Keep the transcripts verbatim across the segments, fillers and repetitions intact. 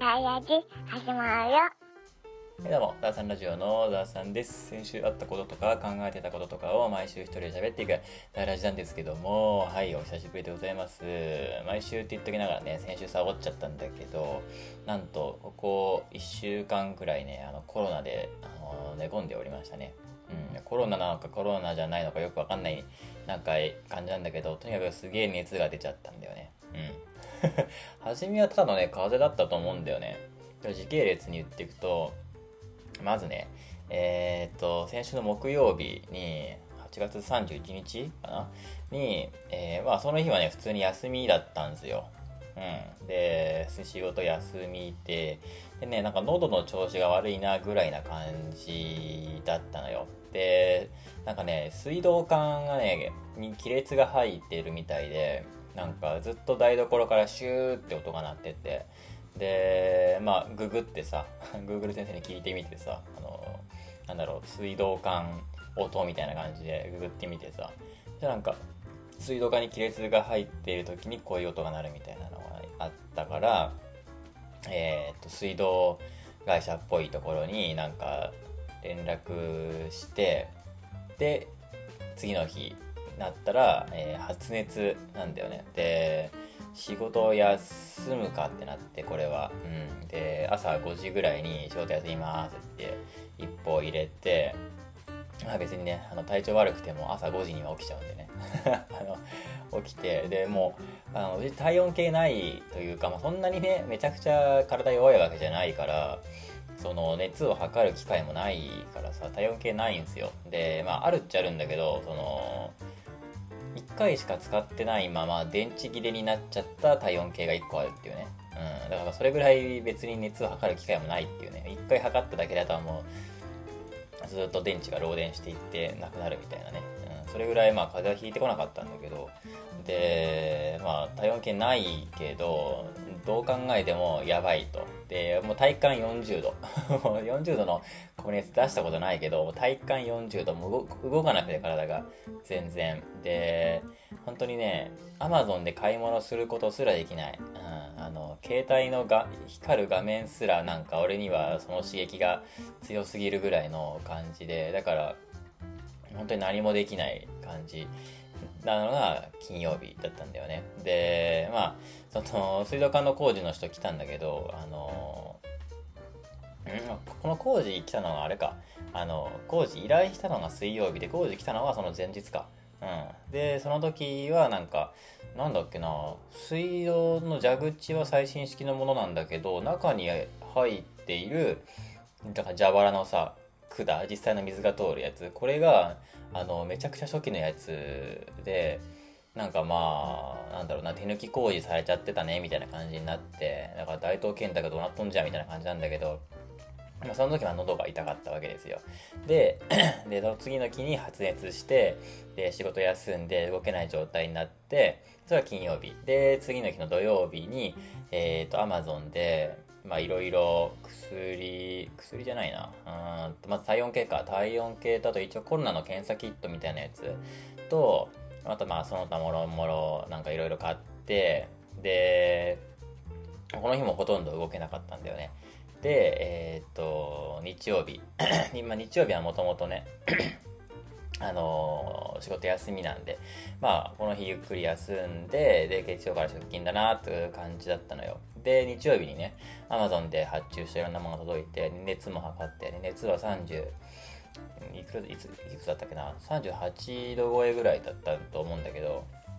たいやじ始まるよ。 はい、どうも、ダーさんラジオのダーさんです。先週あったこととか考えてたこととかを毎週一人で喋っていくダーラジなんですけども、はい、お久しぶりでございます。毎週って言っときながらね、先週サボっちゃったんだけど、なんと、ここいっしゅうかんくらいね、あのコロナであの寝込んでおりましたね。うん、コロナなのかコロナじゃないのかよくわかんないなんか感じなんだけど、とにかくすげえ熱が出ちゃったんだよね。うん。初めはただのね、風邪だったと思うんだよね。時系列に言っていくと、まずね、えー、っと、先週の木曜日に、はちがつさんじゅういちにちかなに、えー、まあその日はね、普通に休みだったんですよ。うん。で、仕事休みで、でね、なんか喉の調子が悪いなぐらいな感じだったのよ。で、なんかね、水道管がね、に亀裂が入ってるみたいで、なんかずっと台所からシューって音が鳴ってて、で、まあ、ググってさ、Google 先生に聞いてみてさ、あの、なんだろう、水道管音みたいな感じでググってみてさ、じゃあなんか、水道管に亀裂が入っている時にこういう音が鳴るみたいなのがあったから、えーっと、水道会社っぽいところになんか連絡して、で、次の日になったら、えー発熱なんだよね。で、仕事を休むかってなって、これは。うん。で、朝ごじぐらいに仕事休みますって一報入れて、まあ別にね、あの体調悪くても朝ごじには起きちゃうんでね。あの、起きて、で、もう、あの、うち体温計ないというか、まあ、そんなにね、めちゃくちゃ体弱いわけじゃないから、その熱を測る機会もないからさ、体温計ないんですよ。で、まああるっちゃあるんだけど、その、いっかいしか使ってないまま電池切れになっちゃった体温計がいっこあるっていうね。うん、だからそれぐらい別に熱を測る機会もないっていうね。いっかい測っただけだともうずっと電池が漏電していってなくなるみたいなね。うん、それぐらいまあ風邪はひいてこなかったんだけど、で、まあ体温計ないけど、どう考えてもやばいと。で、もう体感よんじゅうど。もうよんじゅうどの高熱出したことないけど、体感よんじゅうど、もう動動かなくて体が全然。で、本当にね、アマゾンで買い物することすらできない。うん、あの、携帯のが光る画面すらなんか俺にはその刺激が強すぎるぐらいの感じで、だから本当に何もできない感じなのが金曜日だったんだよね。で、まあ、その水道管の工事の人来たんだけど、あの、んこの工事来たのはあれか。あの、工事依頼したのが水曜日で、工事来たのはその前日か。うん。で、その時はなんか、なんだっけな、水道の蛇口は最新式のものなんだけど、中に入っている、だから蛇腹のさ、管、実際の水が通るやつ、これが、あの、めちゃくちゃ初期のやつで、なんかまあ、なんだろうな、手抜き工事されちゃってたね、みたいな感じになって、だから大東健太がどうなっとんじゃんみたいな感じなんだけど、まあ、その時は喉が痛かったわけですよ。で、で、その次の日に発熱して、で、仕事休んで動けない状態になって、それは金曜日。で、次の日の土曜日に、えっと、アマゾンで、まあ、いろいろ薬、薬じゃないな。うーんと、まず体温計か。体温計と、あと一応コロナの検査キットみたいなやつと、あとまあ、その他もろもろ、なんかいろいろ買って、で、この日もほとんど動けなかったんだよね。で、えーっと、日曜日。今、日曜日はもともとね、あのー仕事休みなんで、まあ、この日ゆっくり休んで、で、月曜から出勤だなっていう感じだったのよ。で、日曜日にね、アマゾンで発注していろんなものが届いて、熱も測って、熱はさんじゅう、いくつ、いつ、いくつだったっけな、さんじゅうはちど超えぐらいだったと思うんだけど、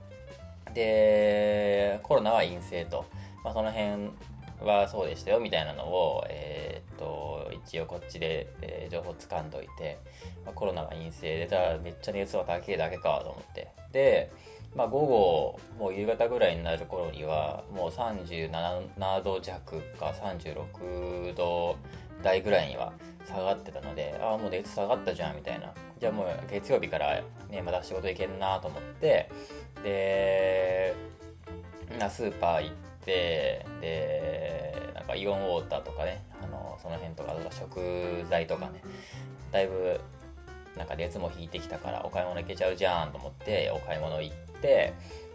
で、コロナは陰性と、まあ、その辺はそうでしたよみたいなのを、えーっと、一応こっちで、えー情報掴んどいて、まあ、コロナが陰性で、ただめっちゃ熱は高いだけかと思って。で、まあ、午後、もう夕方ぐらいになる頃には、もうさんじゅうななど弱かさんじゅうろくど台ぐらいには下がってたので、ああ、もう熱下がったじゃんみたいな。じゃあもう月曜日からね、また仕事行けんなと思って、で、なスーパー行って、で、なんかイオンウォーターとかね、あの、その辺とか、食材とかね、だいぶ、なんか熱も引いてきたからお買い物行けちゃうじゃんと思って、お買い物行って、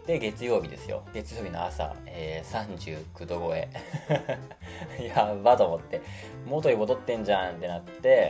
で月曜日ですよ、月曜日の朝、えー、さんじゅうきゅうど超えやばと思って、元に戻ってんじゃんってなって、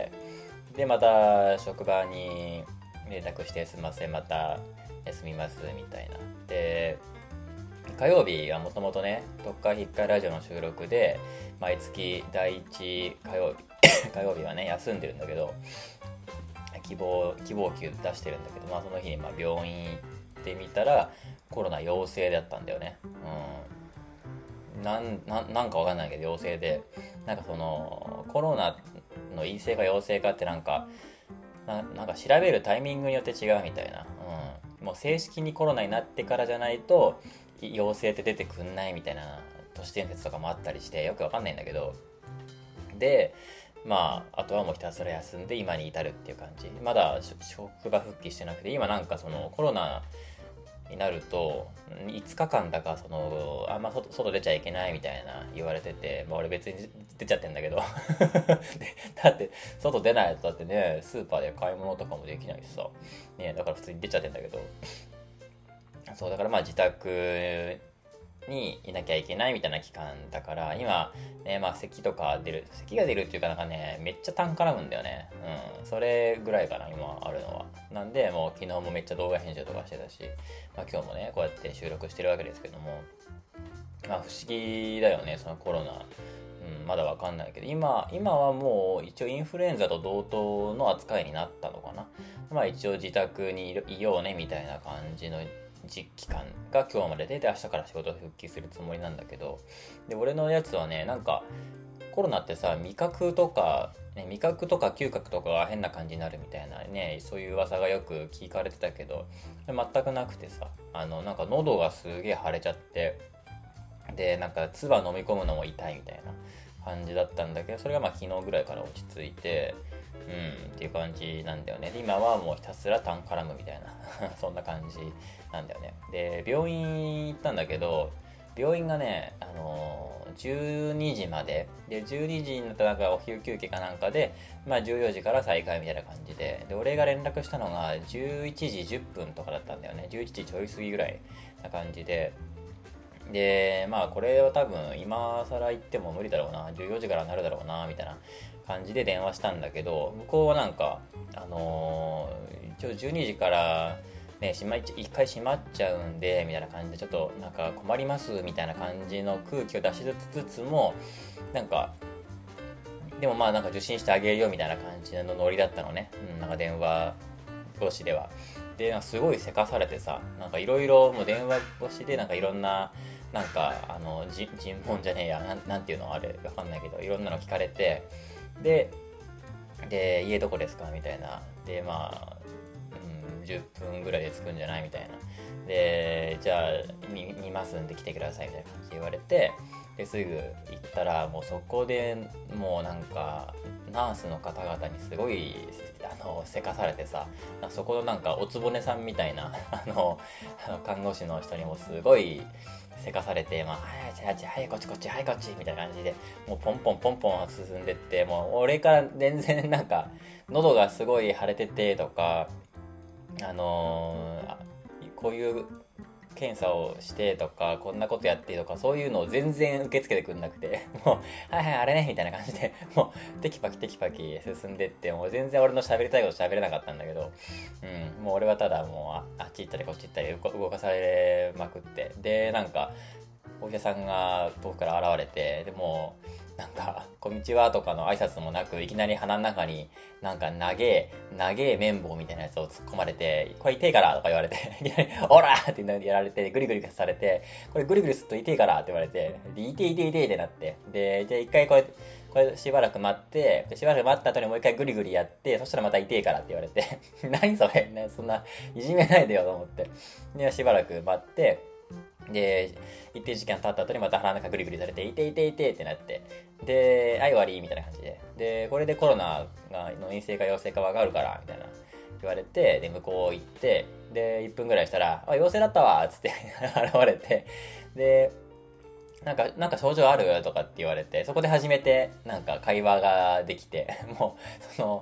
でまた職場に連絡して、すいませんまた休みますみたいな。で火曜日はもともとね、特化引っかいラジオの収録で毎月だいいち火曜日火曜日はね休んでるんだけど、希望希望給出してるんだけど、まあその日にまあ病院行ってみたらコロナ陽性だったんだよね。うん、なんななんかわかんないけど陽性で、なんかそのコロナの陰性か陽性かってなんかななんか調べるタイミングによって違うみたいな。うん、もう正式にコロナになってからじゃないと陽性って出てくんないみたいな都市伝説とかもあったりしてよくわかんないんだけど、でまああとはもうひたすら休んで今に至るっていう感じ。まだ職場復帰してなくて、今なんかそのコロナになるといつかかんだかそのあんま外出ちゃいけないみたいな言われてて、まあ、俺別に出ちゃってんだけどだって外出ないとだってね、スーパーで買い物とかもできないしさ、ね、だから普通に出ちゃってんだけど、そうだからまあ自宅にいなきゃいけないみたいな期間だから、今ねまあ咳とか出る咳が出るっていうかなんかねめっちゃ痰絡むんだよね。うん、それぐらいかな今あるのは。なんでもう昨日もめっちゃ動画編集とかしてたし、まあ、今日もねこうやって収録してるわけですけども、まあ不思議だよねそのコロナ。うん、まだわかんないけど今今はもう一応インフルエンザと同等の扱いになったのかな。まあ一応自宅にいようねみたいな感じの実期間が今日までで、で明日から仕事復帰するつもりなんだけど、で俺のやつはねなんかコロナってさ味覚とか、ね、味覚とか嗅覚とかが変な感じになるみたいなね、そういう噂がよく聞かれてたけど全くなくてさ、あのなんか喉がすげえ腫れちゃって、でなんか唾飲み込むのも痛いみたいな感じだったんだけど、それがまあ昨日ぐらいから落ち着いて、うんっていう感じなんだよね。で今はもうひたすら痰絡むみたいなそんな感じなんだよね。で病院行ったんだけど、病院がね、あのー、じゅうにじまででじゅうにじになったなんかお昼休憩かなんかで、まあ、じゅうよじから再開みたいな感じで、で俺が連絡したのがじゅういちじじゅっぷんとかだったんだよね。じゅういちじちょい過ぎぐらいな感じで、でまあこれは多分今更言っても無理だろうな、じゅうよじからなるだろうなみたいな感じで電話したんだけど、向こうはなんかあのー、一応じゅうにじからねしまい一回閉まっちゃうんでみたいな感じで、ちょっとなんか困りますみたいな感じの空気を出しつつも、なんかでもまあなんか受信してあげるよみたいな感じのノリだったのね。うん、なんか電話越しでは。で、なんかすごいせかされてさ、なんかいろいろもう電話越しでなんかいろんななんかあの尋問じゃねえや、なん、なんていうのあれわかんないけど、いろんなの聞かれて、で、で家どこですかみたいな。でまあ、うん、じゅっぷんぐらいで着くんじゃないみたいな。でじゃあ 見, 見ますんで来てくださいみたいな感じで言われて、ですぐ行ったらもうそこでもうなんかナースの方々にすごいあのせかされてさ、そこのなんかおつぼねさんみたいなあの看護師の人にもすごいせかされて、まあ、はいはいはいこっちこっちはいこっちみたいな感じでもうポンポンポンポン進んでって、もう俺から全然なんか喉がすごい腫れててとか、あのー、こういう検査をしてとかこんなことやってとかそういうのを全然受け付けてくんなくて、もうはいはいあれねみたいな感じでもうテキパキテキパキ進んでって、もう全然俺の喋りたいこと喋れなかったんだけど、うん、もう俺はただもう あ, あっち行ったりこっち行ったり動かされまくって、でなんかお医者さんが遠くから現れて、でもなんかこんにちはとかの挨拶もなく、いきなり鼻の中になんか長え長え綿棒みたいなやつを突っ込まれて、これ痛いからとか言われてオラーってやられて、グリグリされて、これグリグリすると痛いからって言われて、で痛い痛い痛いってなって、でじゃあ一回これこれしばらく待って、でしばらく待った後にもう一回グリグリやって、そしたらまた痛いからって言われて何それ、ね、そんないじめないでよと思って、でしばらく待って、で一定時間経った後にまた鼻の中グリグリされて、いていていてってなって、ではい終わりみたいな感じで、でこれでコロナがの陰性か陽性か分かるからみたいな言われて、で向こう行って、でいっぷんぐらいしたらあ陽性だったわっつって現れて、でなんかなんか症状あるとかって言われて、そこで初めてなんか会話ができてもうその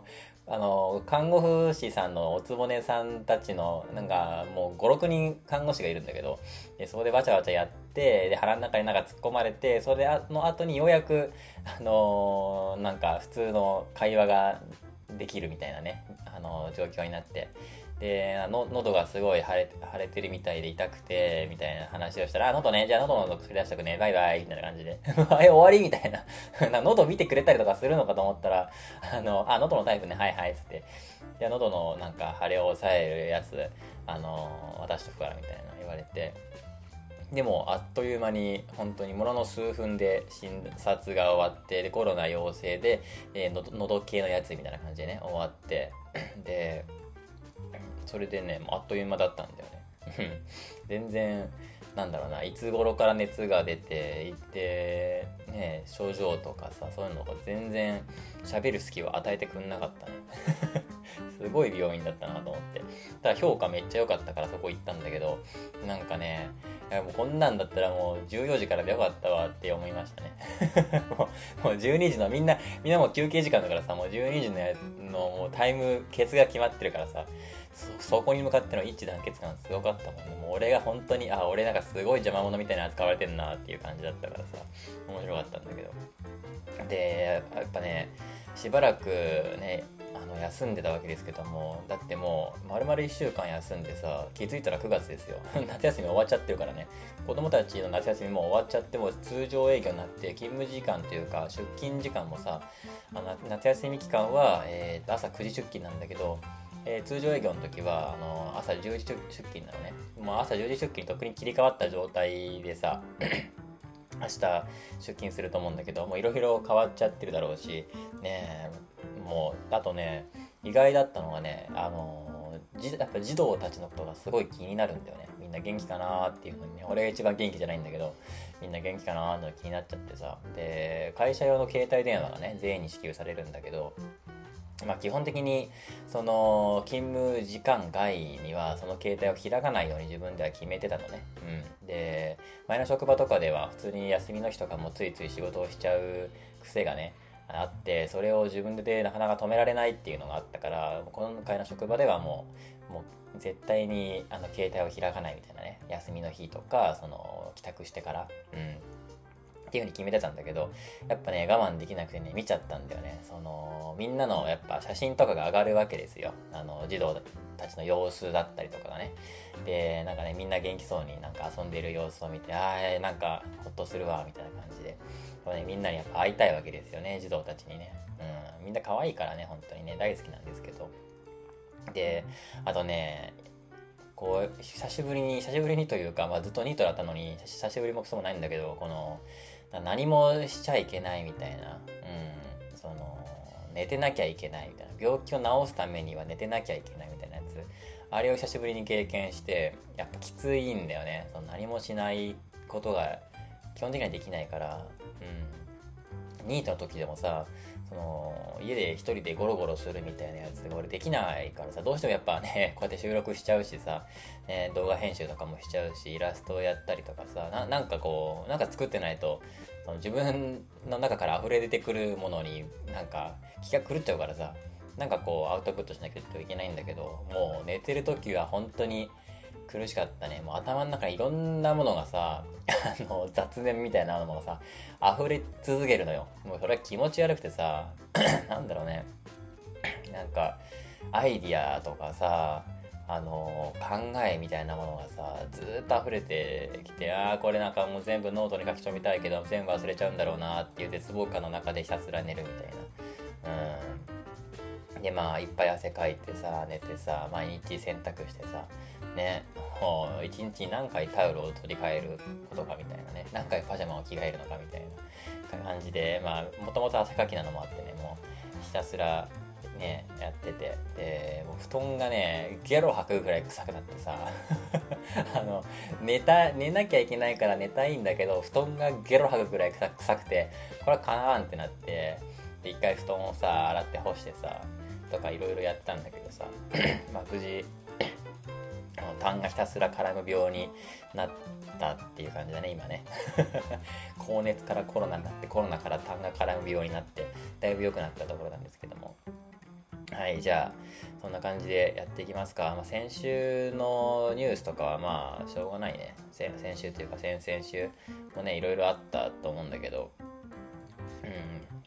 あの看護婦士さんのおつぼねさんたちのなんかもうごろくにん看護師がいるんだけど、でそこでバチャバチャやって、で腹の中になんか突っ込まれて、それの後にようやくあのーなんか普通の会話ができるみたいなね、あのー状況になって、での喉がすごい腫れ腫れてるみたいで痛くてみたいな話をしたら、あ喉ね、じゃあ喉の薬出しとくね、バイバイみたいな感じでえ終わりみたいななんか喉見てくれたりとかするのかと思ったら、あのあ喉のタイプね、はいはいっつって、じゃあ喉のなんか腫れを抑えるやつあの渡しとくからみたいな言われて、でもあっという間に本当にものの数分で診察が終わって、でコロナ陽性で、えー、の喉系のやつみたいな感じでね終わってでそれでねもうあっという間だったんだよね全然なんだろうな、いつ頃から熱が出ていてね、症状とかさ、そういうのが全然喋る隙を与えてくんなかったねすごい病院だったなと思って、ただ評価めっちゃ良かったからそこ行ったんだけど、なんかねいやもうこんなんだったらもうじゅうよじからでよかったわって思いましたねもうもうじゅうにじのみんなみんなもう休憩時間だからさ、もうじゅうにじのやのもうタイムケツが決まってるからさ、そ, そこに向かっての一致団結感すごかったもんね。もう俺が本当にあ俺なんかすごい邪魔者みたいな扱われてんなっていう感じだったからさ、面白かったんだけど、でやっぱねしばらくねあの休んでたわけですけども、だってもう丸々いっしゅうかん休んでさ、気づいたらくがつですよ夏休み終わっちゃってるからね、子供たちの夏休みも終わっちゃって、もう通常営業になって勤務時間というか出勤時間もさ、あの夏休み期間は、えー、朝くじ出勤なんだけど、えー、通常営業の時はあの朝じゅうじ出勤なのね。もう朝じゅうじ出勤に特に切り替わった状態でさ明日出勤すると思うんだけど、もういろいろ変わっちゃってるだろうしね。もうあとね意外だったのがね、あのじやっぱ児童たちのことがすごい気になるんだよね。みんな元気かなーっていうふうにね、俺が一番元気じゃないんだけどみんな元気かなーって気になっちゃってさ、で会社用の携帯電話がね全員に支給されるんだけど、まあ基本的にその勤務時間外にはその携帯を開かないように自分では決めてたのね。うん。で前の職場とかでは普通に休みの日とかもついつい仕事をしちゃう癖がねあって、それを自分でなかなか止められないっていうのがあったから、今回の職場ではもうもう絶対にあの携帯を開かないみたいなね、休みの日とかその帰宅してからうんっていう風に決めてたんだけど、やっぱね我慢できなくてね見ちゃったんだよね。そのみんなのやっぱ写真とかが上がるわけですよ、あの児童たちの様子だったりとかがね。でなんかねみんな元気そうになんか遊んでいる様子を見て、あーなんかほっとするわみたいな感じで、これねみんなにやっぱ会いたいわけですよね、児童たちにね。うん、みんな可愛いからね本当にね大好きなんですけど、であとねこう久しぶりに久しぶりにというか、まあ、ずっとニートだったのに久しぶりもクソもないんだけど、この何もしちゃいけないみたいな、うん、その寝てなきゃいけないみたいな、病気を治すためには寝てなきゃいけないみたいなやつ、あれを久しぶりに経験して、やっぱきついんだよね。その何もしないことが基本的にはできないから、うん、ニートの時でもさ、その家で一人でゴロゴロするみたいなやつが俺できないからさ、どうしてもやっぱねこうやって収録しちゃうしさ、ね、動画編集とかもしちゃうし、イラストをやったりとかさ、 な, なんかこうなんか作ってないとその自分の中から溢れ出てくるものになんか気が狂っちゃうからさ、なんかこうアウトプットしなきゃいけないんだけど、もう寝てる時は本当に苦しかったね。もう頭の中にいろんなものがさあの雑念みたいなものがさ溢れ続けるのよ。もうそれは気持ち悪くてさなんだろうね、なんかアイディアとかさ、あの考えみたいなものがさずーっと溢れてきて、ああこれなんかもう全部ノートに書き留めたいけど全部忘れちゃうんだろうなっていう絶望感の中でひたすら寝るみたいな。うんでまあいっぱい汗かいてさ寝てさ、毎日洗濯してさね、もう一日に何回タオルを取り替えることかみたいなね、何回パジャマを着替えるのかみたいな感じで、まあもともと汗かきなのもあってね、もうひたすらねやってて、でもう布団がねゲロ吐くぐらい臭くなってさあの寝た寝なきゃいけないから寝たいんだけど、布団がゲロ吐くぐらい臭くて、これはかなわんってなって、で一回布団をさ洗って干してさとかいろいろやったんだけどさまあ無事痰がひたすら絡む病になったっていう感じだね今ね高熱からコロナになって、コロナから痰が絡む病になってだいぶ良くなったところなんですけども、 はい、じゃあそんな感じでやっていきますか。まあ、先週のニュースとかはまあしょうがないね。先先週というか先々週もねいろいろあったと思うんだけど、うん、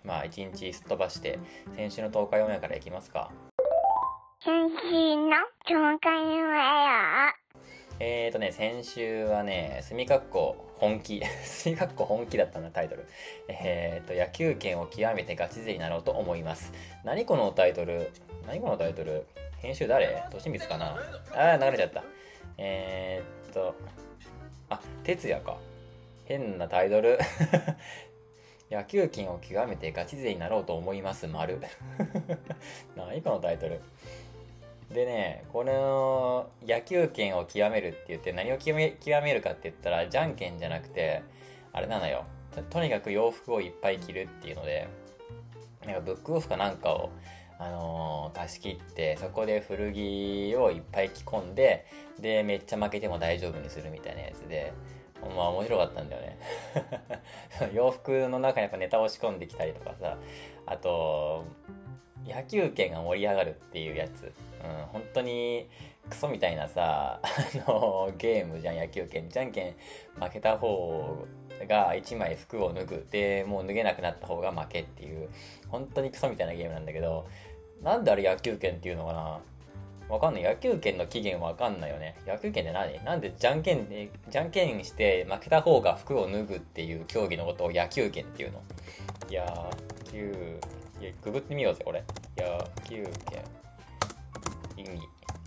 まあ一日すっ飛ばして先週の東海オンエアからいきますか。 先週の東海オンエア。 えーとね、先週はね、すみかっこ本気、すみかっこ本気だったんだ、タイトル。えーと、野球拳を極めてガチ勢になろうと思います。何このタイトル何このタイトル編集誰としみつかなあー、流れちゃった。えーっと、あ、哲也か。変なタイトル。野球拳を極めてガチ勢になろうと思います、丸。何このタイトルでね、この野球拳を極めるって言って何を極め、極めるかって言ったらじゃんけんじゃなくてあれなのよ。 と, とにかく洋服をいっぱい着るっていうので、なんかブックオフかなんかを、あのー貸し切ってそこで古着をいっぱい着込んで、でめっちゃ負けても大丈夫にするみたいなやつで、まあ面白かったんだよね。洋服の中にやっぱネタを仕込んできたりとかさ、あと野球拳が盛り上がるっていうやつ、うん、本当にクソみたいなさ、あのゲームじゃん。野球拳じゃんけん負けた方がいちまい服を脱ぐで、もう脱げなくなった方が負けっていう本当にクソみたいなゲームなんだけど、なんであれ野球拳っていうのかな、わかんない。野球拳の起源わかんないよね。野球拳って何？なんでじゃんけんでじゃんけんして負けた方が服を脱ぐっていう競技のことを野球拳っていうの？野球、いやググってみようぜこれ。野球拳意味。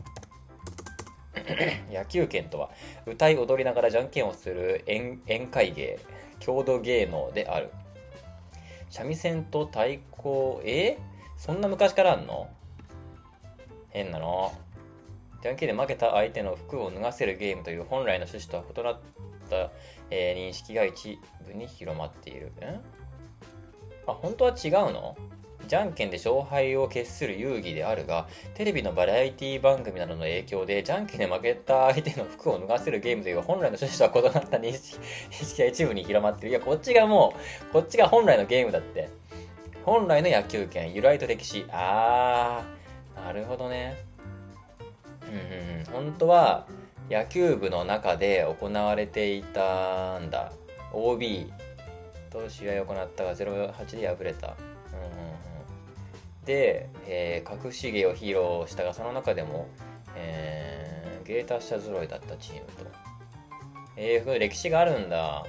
野球拳とは歌い踊りながらじゃんけんをする宴会芸、郷土芸能である。三味線と太鼓、えそんな昔からあんの？変なの。じゃんけんで負けた相手の服を脱がせるゲームという本来の趣旨とは異なった、えー認識が一部に広まっている。んあ、本当は違うの？じゃんけんで勝敗を決する遊戯であるが、テレビのバラエティ番組などの影響で、じゃんけんで負けた相手の服を脱がせるゲームという本来の趣旨とは異なった認識、認識が一部に広まっている。いや、こっちがもう、こっちが本来のゲームだって。本来の野球拳、由来と歴史。あー、なるほどね。うんうん、本当は野球部の中で行われていたんだ。 オービー と試合を行ったがゼロたちで敗れた。うんうんうん、で、えー隠し芸を披露したがその中でも、えー芸達者揃いだったチームと。えー、歴史があるんだ。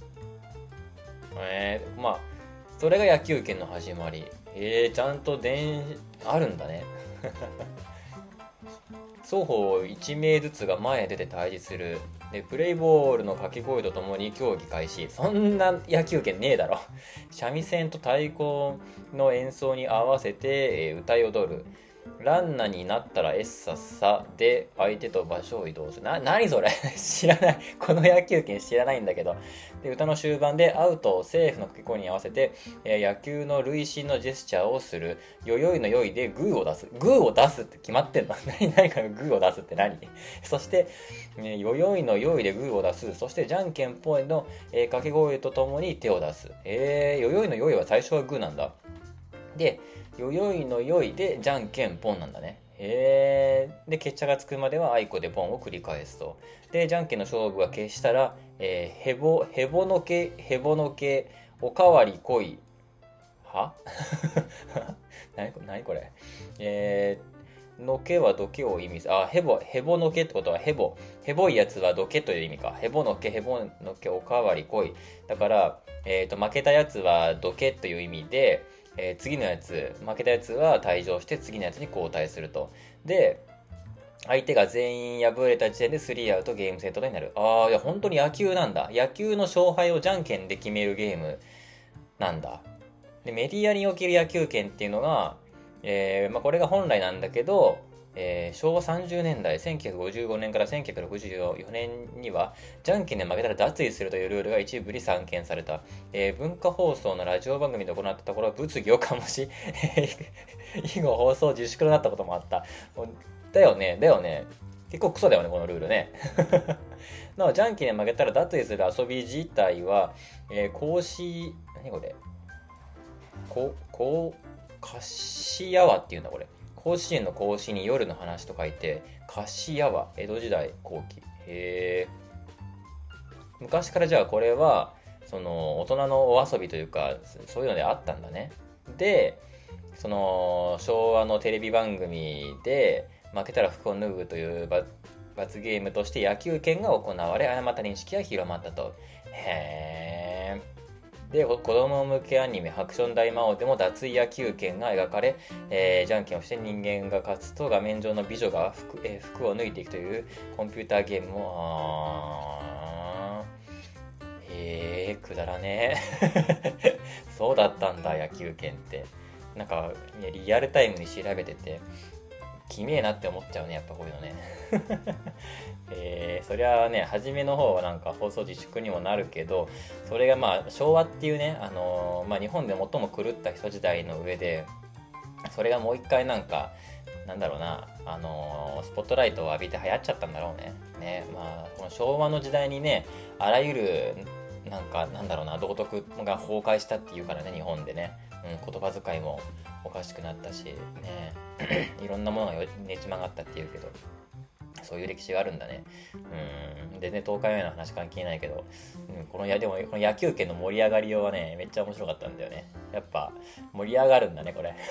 えー、まあそれが野球拳の始まり。えー、ちゃんと伝あるんだね。双方いち名ずつが前へ出て対峙する。で、プレイボールの掛け声とともに競技開始。そんな野球拳ねえだろ。三味線と太鼓の演奏に合わせて、えー歌い踊る。ランナーになったらエッサッサで相手と場所を移動する。な、なにそれ知らない。この野球拳知らないんだけど。で、歌の終盤でアウト、セーフの掛け声に合わせて、えー野球の塁審のジェスチャーをする。よよいのよいでグーを出す。グーを出すって決まってんの？何何かのグーを出すって何？そして、えーよよいのよいでグーを出す。そしてじゃんけんぽいの、えー掛け声とともに手を出す。えー、よよいのよいは最初はグーなんだ。で、よよいのよいでじゃんけんポンなんだね。へえ。で、決着がつくまではあいこでポンを繰り返すと。で、じゃんけんの勝負が決したら、えー、へぼ、へぼのけ、へぼのけ、おかわりこい。は何これ、何これ。えー、のけはどけを意味する。あ、へぼ、へぼのけってことはへぼ。へぼいやつはどけという意味か。へぼのけ、へぼのけ、おかわりこい。だから、えっと、負けたやつはどけという意味で、えー次のやつ、負けたやつは退場して次のやつに交代すると。で、相手が全員敗れた時点でスリーアウトゲームセットになる。ああ、いや、本当に野球なんだ。野球の勝敗をじゃんけんで決めるゲームなんだ。で、メディアにおける野球拳っていうのが、えーまあ、これが本来なんだけど、えー、しょうわさんじゅうねんだい、せんきゅうひゃくごじゅうごねんからせんきゅうひゃくろくじゅうよねんには、じゃんけんで負けたら脱衣するというルールが一部に散見された。えー文化放送のラジオ番組で行ったところ、物議を醸し、以後放送自粛となったこともあった。だよね、だよね。結構クソだよね、このルールね。なお、じゃんけんで負けたら脱衣する遊び自体は、えー、格子、何これこ、こう、かしやわっていうんだ、これ。 甲子園の甲子に夜の話と書いて菓子屋は江戸時代後期。へえ。昔からじゃあこれはその大人のお遊びというかそういうのであったんだね。でその昭和のテレビ番組で負けたら服を脱ぐという罰ゲームとして野球拳が行われ誤った認識が広まったと。へー。で子供向けアニメハクション大魔王でも脱衣野球拳が描かれ、えー、じゃんけんをして人間が勝つと画面上の美女が 服,、えー、服を脱いでいくというコンピューターゲームもあーへーくだらねえそうだったんだ野球拳って。なんかリアルタイムに調べててきめえなって思っちゃうねやっぱこういうのねえー、そりゃあね初めの方はなんか放送自粛にもなるけどそれがまあ昭和っていうね、あのーまあ、日本で最も狂った人時代の上でそれがもう一回なんかなんだろうな、あのー、スポットライトを浴びて流行っちゃったんだろうね。ね、まあこの昭和の時代にねあらゆるなんかなんだろうな道徳が崩壊したっていうからね日本でね、うん、言葉遣いもおかしくなったしねいろんなものがねち曲がったっていうけどそういう歴史があるんだね。うん全然東海オンエアの話関係ないけど、うん、このやでもこの野球拳の盛り上がりようはねめっちゃ面白かったんだよね。やっぱ盛り上がるんだねこれ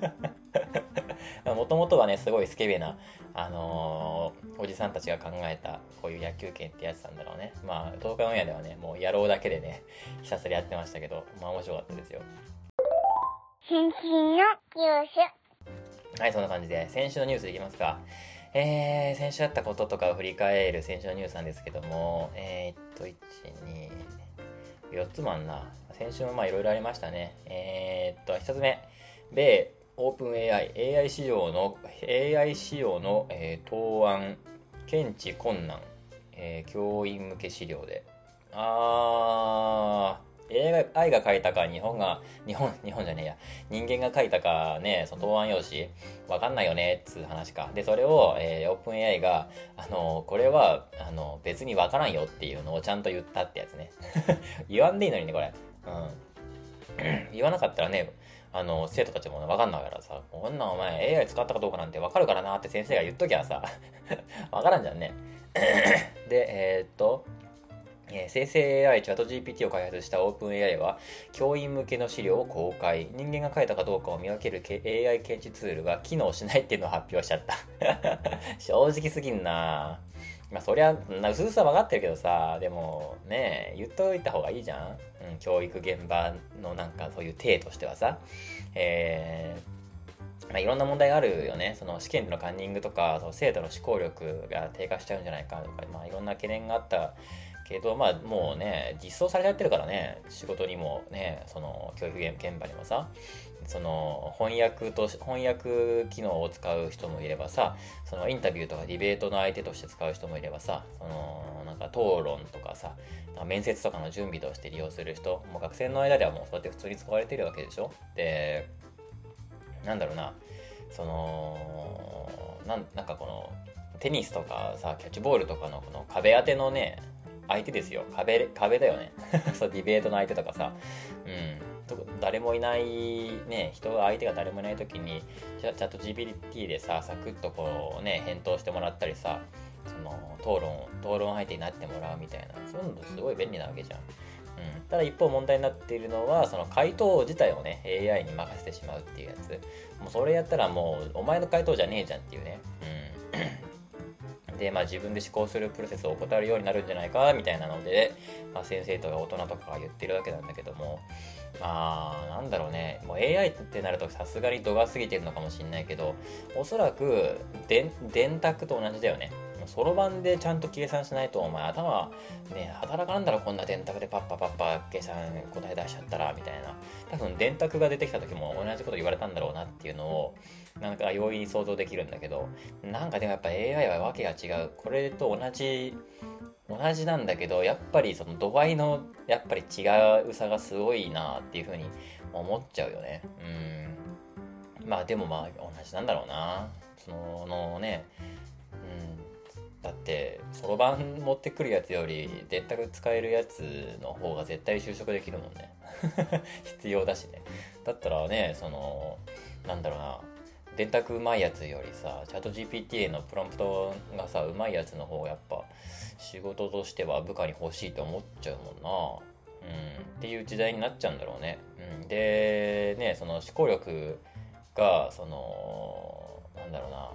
もともとはねすごいスケベな、あのー、おじさんたちが考えたこういう野球拳ってやつなんだろうね。まあ東海オンエアではねもうやろうだけでねひたすらやってましたけど、まあ面白かったですよ。 先週のニュース。はい、そんな感じで先週のニュースいきますか。えー、先週あったこととかを振り返る先週のニュースなんですけども、えー、っといち、に、よっつもあんな。先週もまあいろいろありましたね。えー、っとひとつめ、米オープン エーアイ、エーアイ 市場の エーアイ 仕様の、えー、答案検知困難、えー、教員向け資料で、あーエーアイ が書いたか日本が日本日本じゃねえや人間が書いたかねその答案用紙わかんないよねっつう話か。でそれを、えー、オープン エーアイ があのこれはあの別にわからんよっていうのをちゃんと言ったってやつね言わんでいいのにねこれ、うん言わなかったらねあの生徒たちもわかんないからさ、こんなんお前 エーアイ 使ったかどうかなんてわかるからなって先生が言っときゃさわからんじゃんねでえー、っとえー、生成 エーアイ チャット ジーピーティー を開発したオープン エーアイ は教員向けの資料を公開。人間が書いたかどうかを見分ける エーアイ 検知ツールが機能しないっていうのを発表しちゃった正直すぎんな。まあそりゃうすうすは分かってるけどさ、でもね言っといた方がいいじゃん、うん、教育現場のなんかそういう体としてはさ、えーまあ、いろんな問題があるよね。その試験でのカンニングとかその生徒の思考力が低下しちゃうんじゃないかとか、まあ、いろんな懸念があったけど、まあもうね実装されちゃってるからね、仕事にもねその教育現場にもさ、その翻訳と翻訳機能を使う人もいればさ、そのインタビューとかディベートの相手として使う人もいればさ、そのなんか討論とかさ面接とかの準備として利用する人もう学生の間ではもうそうやって普通に使われてるわけでしょ。でなんだろうな、そのな ん, なんかこのテニスとかさキャッチボールとかのこの壁当てのね相手ですよ。壁壁だよねそうディベートの相手とかさ、うん誰もいないね人が相手が誰もいない時にチャット ジーピーティー でさサクッとこうね返答してもらったりさ、その討論討論相手になってもらうみたいな、そういうのすごい便利なわけじゃん。うん、ただ一方問題になっているのはその回答自体をね エーアイ に任せてしまうっていうやつ。もうそれやったらもうお前の回答じゃねえじゃんっていうね、うん、でまあ自分で思考するプロセスを怠るようになるんじゃないかみたいなので、まあ、先生とか大人とかが言ってるわけなんだけども、まあなんだろうね、もう エーアイ ってなるとさすがに度が過ぎてるのかもしれないけど、おそらく電卓と同じだよね。そろばんでちゃんと計算しないとお前頭ね働かなんだろ、こんな電卓でパッパパッパ計算答え出しちゃったらみたいな。多分電卓が出てきた時も同じこと言われたんだろうなっていうのをなんか容易に想像できるんだけど、なんかでもやっぱ エーアイ はわけが違う。これと同じ同じなんだけど、やっぱりその度合いのやっぱり違うさがすごいなっていう風に思っちゃうよね。うんまあでもまあ同じなんだろうな。そののね、うん、だってそろばん持ってくるやつより電卓使えるやつの方が絶対就職できるもんね必要だしね。だったらね、そのなんだろうな、 電卓うまいやつよりさ、チャット ジーピーティー のプロンプトがさ、うまいやつの方がやっぱ仕事としては部下に欲しいと思っちゃうもんな。うん、っていう時代になっちゃうんだろうね。うん、で、ね、その思考力が、その、なんだろうな、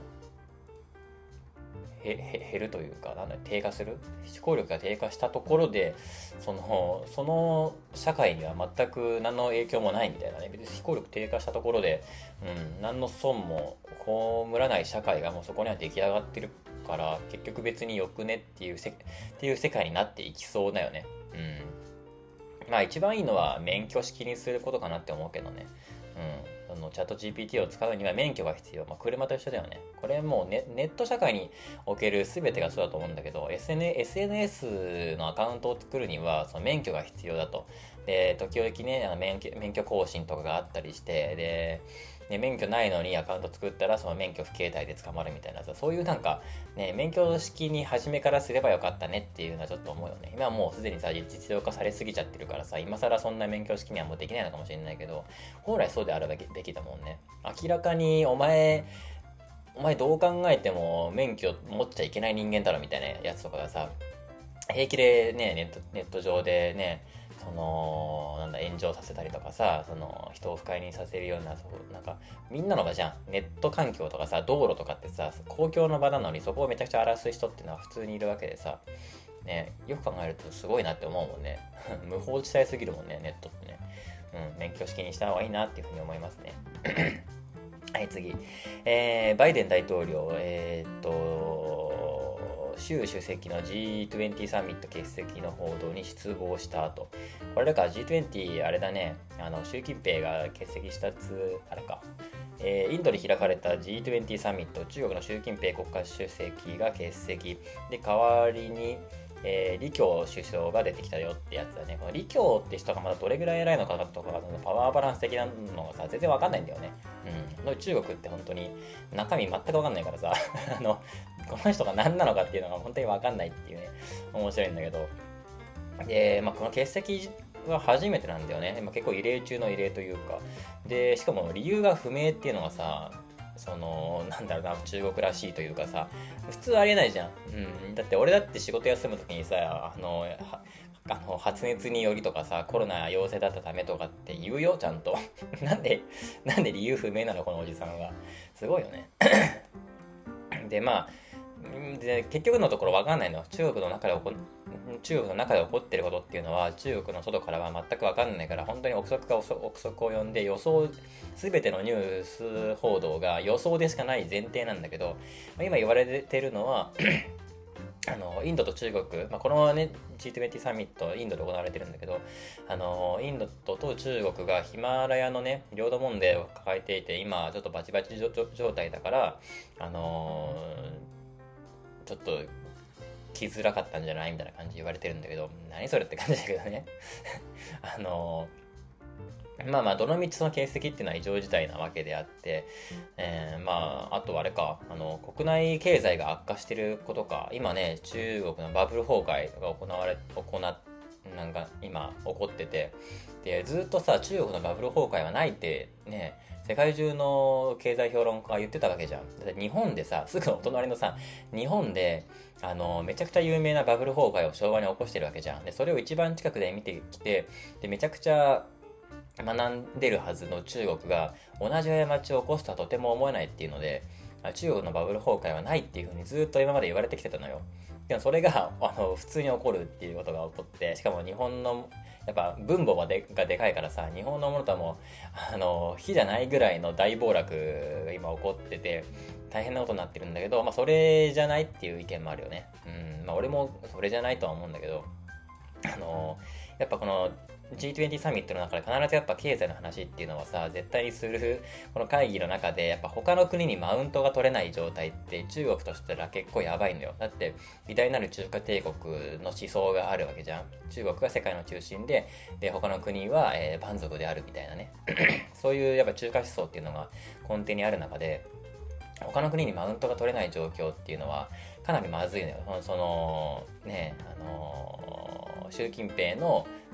へへ減るというか、なんだ低下する思考力が低下したところで、そのその社会には全く何の影響もないみたいなね。別に思考力低下したところで、うん、何の損も被らない社会がもうそこには出来上がってるから、結局別によくねっていうせっていう世界になっていきそうだよね。うん、まあ一番いいのは免許式にすることかなって思うけどね。うん、そのチャット ジーピーティー を使うには免許が必要。まあ、車と一緒だよね。これもうネネット社会における全てがそうだと思うんだけど、エスエヌエス のアカウントを作るにはその免許が必要だと。で、時々ね、あの免許、免許更新とかがあったりして、で、ね、免許ないのにアカウント作ったらその免許不携帯で捕まるみたいなさ、そういうなんか、ね、免許式に初めからすればよかったねっていうのはちょっと思うよね。今はもうすでにさ、実用化されすぎちゃってるからさ、今更そんな免許式にはもうできないのかもしれないけど、本来そうであるべきべきだもんね。明らかにお前、お前どう考えても免許持っちゃいけない人間だろみたいなやつとかがさ、平気でね、ネット、ネット上でね、その、なんだ、炎上させたりとかさ、その、人を不快にさせるような、そう、なんか、みんなの場じゃん。ネット環境とかさ、道路とかってさ、公共の場なのにそこをめちゃくちゃ荒らす人っていうのは普通にいるわけでさ、ね、よく考えるとすごいなって思うもんね。無法地帯すぎるもんね、ネットってね。うん、免許式にした方がいいなっていうふうに思いますね。はい、次。えー、バイデン大統領、えー、っと、習主席の ジートゥエンティー サミット欠席の報道に失望した後。これだから ジートゥエンティー あれだね、あの、習近平が欠席したつ、あれか。えー、インドで開かれた ジートゥエンティー サミット、中国の習近平国家主席が欠席。で、代わりに、えー、李強首相が出てきたよってやつだね。この李強って人がまだどれぐらい偉いのかとか、そのパワーバランス的なのがさ、全然わかんないんだよね。うん。中国って本当に中身全くわかんないからさ、あの、この人が何なのかっていうのが本当にわかんないっていうね、面白いんだけど。で、まあ、この欠席は初めてなんだよね。まあ、結構異例中の異例というか。で、しかも理由が不明っていうのがさ、そのなんだろうな、中国らしいというかさ、普通ありえないじゃん。うん、だって俺だって仕事休む時にさ、あのあの発熱によりとかさ、コロナ陽性だったためとかって言うよ、ちゃんと。なんでなんで理由不明なのこのおじさんは。すごいよね。で、まあで結局のところ分かんないの。中国の中で起こ中国の中で起こってることっていうのは中国の外からは全く分かんないから、本当に憶測が憶測を呼んで、予想、全てのニュース報道が予想でしかない前提なんだけど、今言われてるのはあのインドと中国、まあ、このね ジートゥエンティー サミットインドで行われてるんだけど、あのインドと中国がヒマラヤのね領土問題を抱えていて、今ちょっとバチバチ状態だから、あのちょっと来づらかったんじゃないみたいな感じで言われてるんだけど、何それって感じだけどね。あのまあまあどの道その欠席っていうのは異常事態なわけであって、えー、まああとあれか、あの国内経済が悪化してることか。今ね中国のバブル崩壊が行われ行っなんか今起こってて、でずっとさ中国のバブル崩壊はないってね世界中の経済評論家が言ってたわけじゃん。だって日本でさ、すぐお隣のさ、日本で、あの、めちゃくちゃ有名なバブル崩壊を昭和に起こしてるわけじゃん。で、それを一番近くで見てきて、で、めちゃくちゃ学んでるはずの中国が同じ過ちを起こすとはとても思えないっていうので、中国のバブル崩壊はないっていうふうにずっと今まで言われてきてたのよ。でもそれがあの普通に起こるっていうことが起こって、しかも日本のやっぱ分母が で, がでかいからさ、日本のものとはもうあの比じゃないぐらいの大暴落が今起こってて大変なことになってるんだけど、まあそれじゃないっていう意見もあるよね。うん、まあ俺もそれじゃないとは思うんだけど、あのやっぱこのジートゥエンティー サミットの中で必ずやっぱ経済の話っていうのはさ、絶対にするこの会議の中でやっぱ他の国にマウントが取れない状態って中国としては結構やばいのよ。だって偉大なる中華帝国の思想があるわけじゃん。中国が世界の中心で、で他の国は、えー、蛮族であるみたいなね。そういうやっぱ中華思想っていうのが根底にある中で、他の国にマウントが取れない状況っていうのはかなりまずいのよ。そのね、あのー、習近平の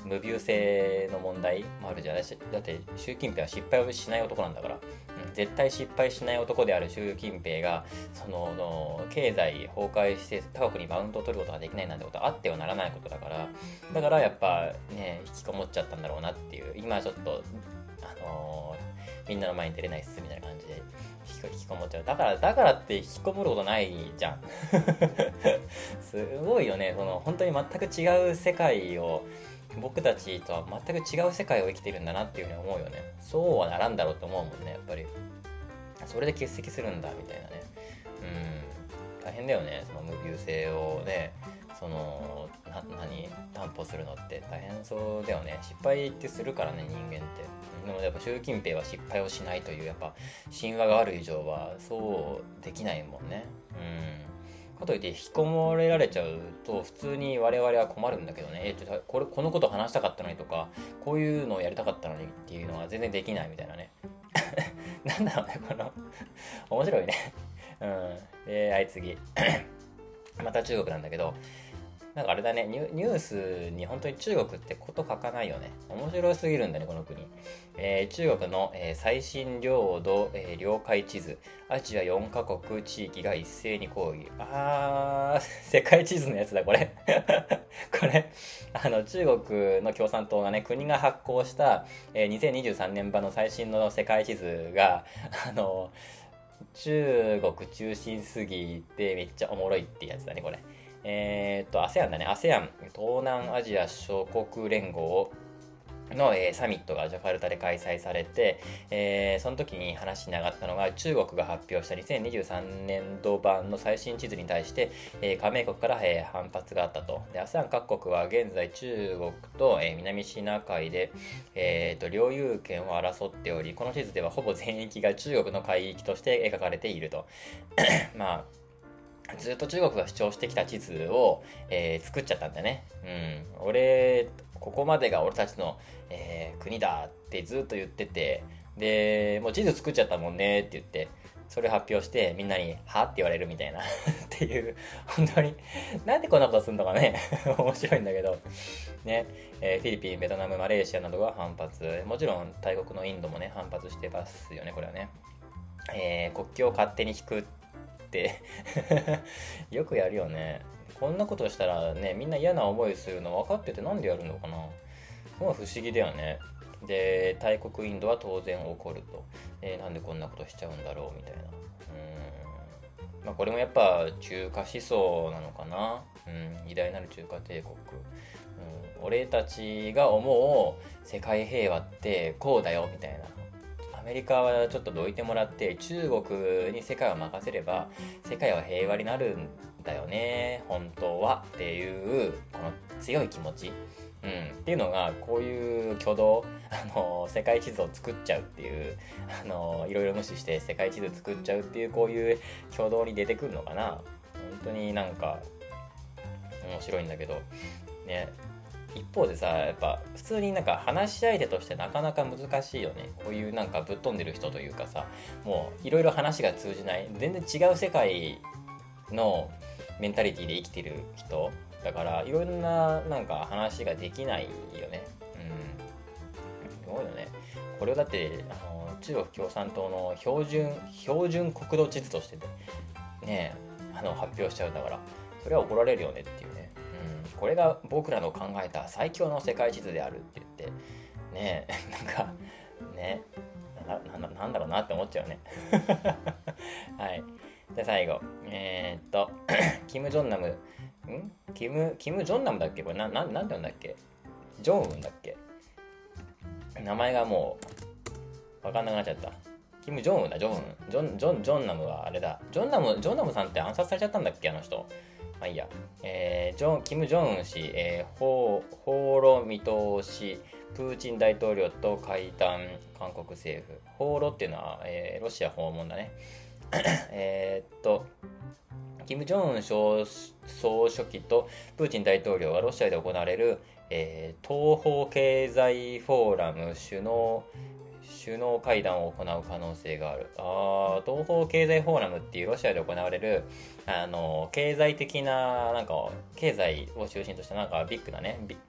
無病性の問題もあるじゃない。だって習近平は失敗をしない男なんだから、うん、絶対失敗しない男である習近平がそのの経済崩壊して他国にマウントを取ることができないなんてことはあってはならないことだから、だからやっぱね引きこもっちゃったんだろうなっていう。今ちょっとあのー、みんなの前に出れないっすみたいな感じで引きこもっちゃう。だからだからって引きこもることないじゃんすごいよね。その本当に全く違う世界を、僕たちとは全く違う世界を生きてるんだなっていうふうに思うよね。そうはならんだろうと思うもんね、やっぱり。それで欠席するんだみたいなね。うん、大変だよね、その無病性をね、そのな何担保するのって大変そうだよね。失敗ってするからね、人間って。でもやっぱ習近平は失敗をしないというやっぱ神話がある以上はそうできないもんね。うんかといって引きこもれられちゃうと普通に我々は困るんだけどね。えちょこれこのこと話したかったのにとか、こういうのをやりたかったのにっていうのは全然できないみたいなねなんだろうね、この面白いねうんで、はい次また中国なんだけど、なんかあれだね、ニュ、ニュースに本当に中国ってこと書かないよね。面白すぎるんだね、この国。えー、中国の、えー、最新領土、えー、領海地図。アジアよんカ国地域が一斉に抗議。あー、世界地図のやつだ、これ。これ、あの、中国の共産党がね、国が発行した、えー、にせんにじゅうさんねん版の最新の世界地図が、あの、中国中心すぎてめっちゃおもろいってやつだね、これ。えー、っと、アセアン だね。アセアン、東南アジア諸国連合の、えー、サミットがジャカルタで開催されて、えー、その時に話に上がったのが、中国が発表したにせんにじゅうさんねん度版の最新地図に対して、えー、加盟国から、えー、反発があったと。で、アセアン 各国は現在中国と、えー、南シナ海で、えー、と領有権を争っており、この地図ではほぼ全域が中国の海域として描かれていると。まあずっと中国が主張してきた地図を、えー、作っちゃったんだね。うん。俺、ここまでが俺たちの、えー、国だってずっと言ってて、で、もう地図作っちゃったもんねって言って、それ発表してみんなに、はって言われるみたいなっていう、本当に、なんでこんなことすんのかね面白いんだけど。ね、えー、フィリピン、ベトナム、マレーシアなどが反発。もちろん大国のインドもね、反発してますよね、これはね。えー、国境を勝手に引くってよくやるよね。こんなことしたらね、みんな嫌な思いするの分かっててなんでやるのかな。すごい不思議だよね。で、大国インドは当然怒ると。えー、なんでこんなことしちゃうんだろうみたいな。うーん。まあこれもやっぱ中華思想なのかな。うん、偉大なる中華帝国。うん、俺たちが思う世界平和ってこうだよみたいな。アメリカはちょっとどいてもらって中国に世界を任せれば世界は平和になるんだよね本当はっていうこの強い気持ち、うん、っていうのがこういう挙動、あの世界地図を作っちゃうっていう、あのいろいろ無視して世界地図作っちゃうっていうこういう挙動に出てくるのかな。本当になんか面白いんだけどね。一方でさ、やっぱ普通になんか話し相手としてなかなか難しいよね。こういうなんかぶっ飛んでる人というかさ、もういろいろ話が通じない、全然違う世界のメンタリティで生きてる人だからいろんななんか話ができないよね。うん。すごいよね。これをだってあの中国共産党の標準標準国土地図としてね、あの発表しちゃうんだから、それは怒られるよねっていうね。これが僕らの考えた最強の世界地図であるって言ってねえなんかねな, な, なんだろうなって思っちゃうねはいで最後えー、っとキム・ジョンナムんキムキム・ジョンナムだっけこれなななんて言うんだっけジョンウンだっけ名前がもうわかんなくなっちゃった。キム・ジョンウンだジョンウンジョンジョンジョンナムはあれだジョンナムジョンナムさんって暗殺されちゃったんだっけあの人。まあいいや、えー、ジョンキム・ジョンウン氏、えー、放浪見通し、プーチン大統領と会談、韓国政府。放浪っていうのは、えー、ロシア訪問だね。えっと、キム・ジョンウン総書記とプーチン大統領がロシアで行われる、えー、東方経済フォーラム首脳首脳会談を行う可能性がある。あ東方経済フォーラムっていうロシアで行われるあの経済的ななんか経済を中心としたなんかビッグなね ビ,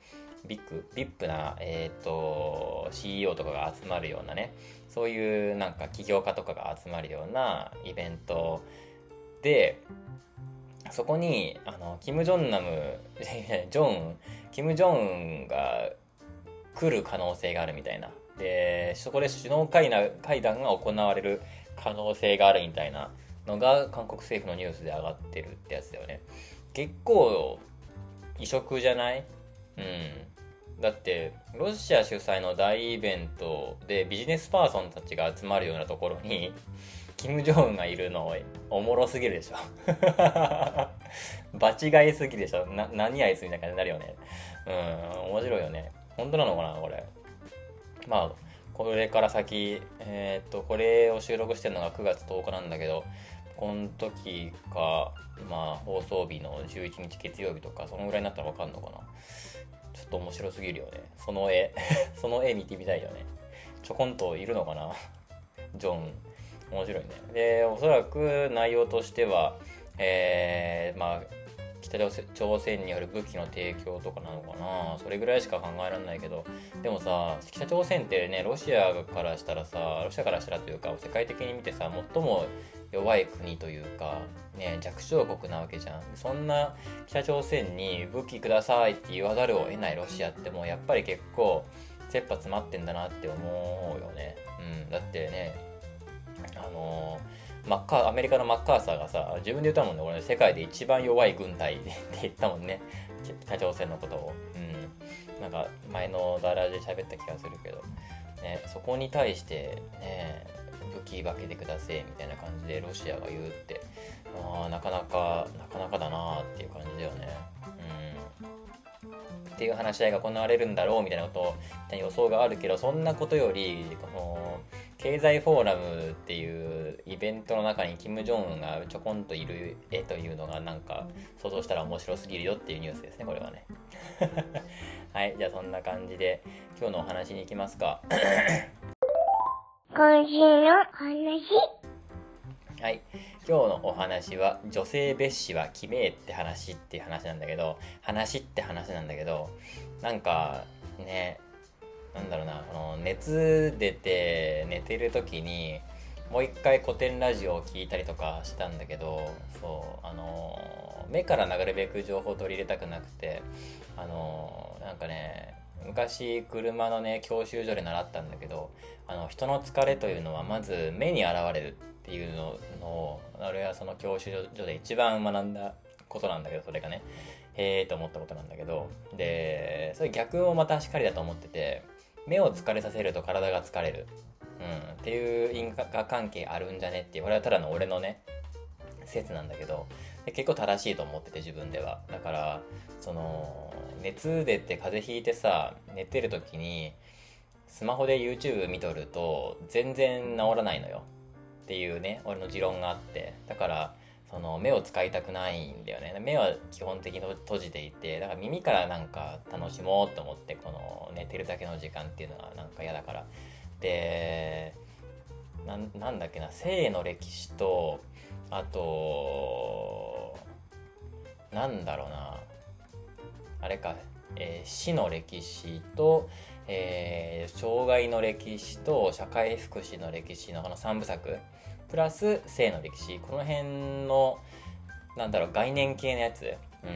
ビッグ、ビップな、えっと、シーイーオー とかが集まるようなね、そういうなんか起業家とかが集まるようなイベントで、そこに、あの、キム・ジョンナム、ジョン、キム・ジョンが来る可能性があるみたいな。で、そこで首脳会談会談が行われる可能性があるみたいなのが韓国政府のニュースで上がってるってやつだよね。結構異色じゃない？うん。だってロシア主催の大イベントでビジネスパーソンたちが集まるようなところにキム・ジョンウンがいるのおもろすぎるでしょ。場違いすぎでしょ。な何あいつみたいな感じになるよね。うん、面白いよね。本当なのかなこれ。まあこれから先、えー、っとこれを収録してるのがくがつとおかなんだけど、この時か、まあ放送日のじゅういちにち月曜日とかそのぐらいになったら分かんのかな。ちょっと面白すぎるよね。その絵その絵見てみたいよね。ちょこんといるのかなジョン。面白いね。で、おそらく内容としては、えー、まあ北朝鮮による武器の提供とかなのかな、それぐらいしか考えられないけど、でもさ、北朝鮮ってね、ロシアからしたらさ、ロシアからしたらというか世界的に見てさ、最も弱い国というかね、弱小国なわけじゃん。そんな北朝鮮に武器くださいって言わざるを得ないロシアってもうやっぱり結構切羽詰まってんだなって思うよね。うん、だってね、あのーマッカーアメリカのマッカーサーがさ、自分で言ったもんね、俺世界で一番弱い軍隊って言ったもんね、北朝鮮のことを。うん、なんか前のダラで喋った気がするけど、ね、そこに対してね、武器分けてくださいみたいな感じでロシアが言うって、あなかなかなかなかだなっていう感じだよね。うん、っていう話し合いが行われるんだろうみたいなこと予想があるけど、そんなことよりこの経済フォーラムっていうイベントの中にキム・ジョンウンがちょこんといる絵というのがなんか想像したら面白すぎるよっていうニュースですね、これはね。はい、じゃあそんな感じで今日のお話に行きますか。 今週の話。 はい、今日のお話は女性蔑視はきめえって話っていう話なんだけど、話って話なんだけど、なんかね、なんだろうな、この熱出て寝てる時にもう一回古典ラジオを聞いたりとかしたんだけど、そうあの目からなるべく情報を取り入れたくなくて、あのなんかね、昔車のね教習所で習ったんだけど、あの人の疲れというのはまず目に現れるっていうのを、俺はその教習所で一番学んだことなんだけど、それがねへーと思ったことなんだけど、でそれ逆もまたしかりだと思ってて、目を疲れさせると体が疲れる、うん、っていう因果関係あるんじゃねっていう、これはただの俺のね説なんだけど、で結構正しいと思ってて自分では。だからその熱出て風邪ひいてさ、寝てる時にスマホで YouTube 見とると全然治らないのよっていうね、俺の持論があって、だからその目を使いたくないんだよね。目は基本的に閉じていて、だから耳からなんか楽しもうと思って、この寝てるだけの時間っていうのはなんか嫌だから。で、な、なんだっけな、性の歴史と、あとなんだろうな、あれか、えー、死の歴史と、えー、障害の歴史と社会福祉の歴史のこのさんぶさくプラス性の歴史、この辺のなんだろう概念系のやつ、うん、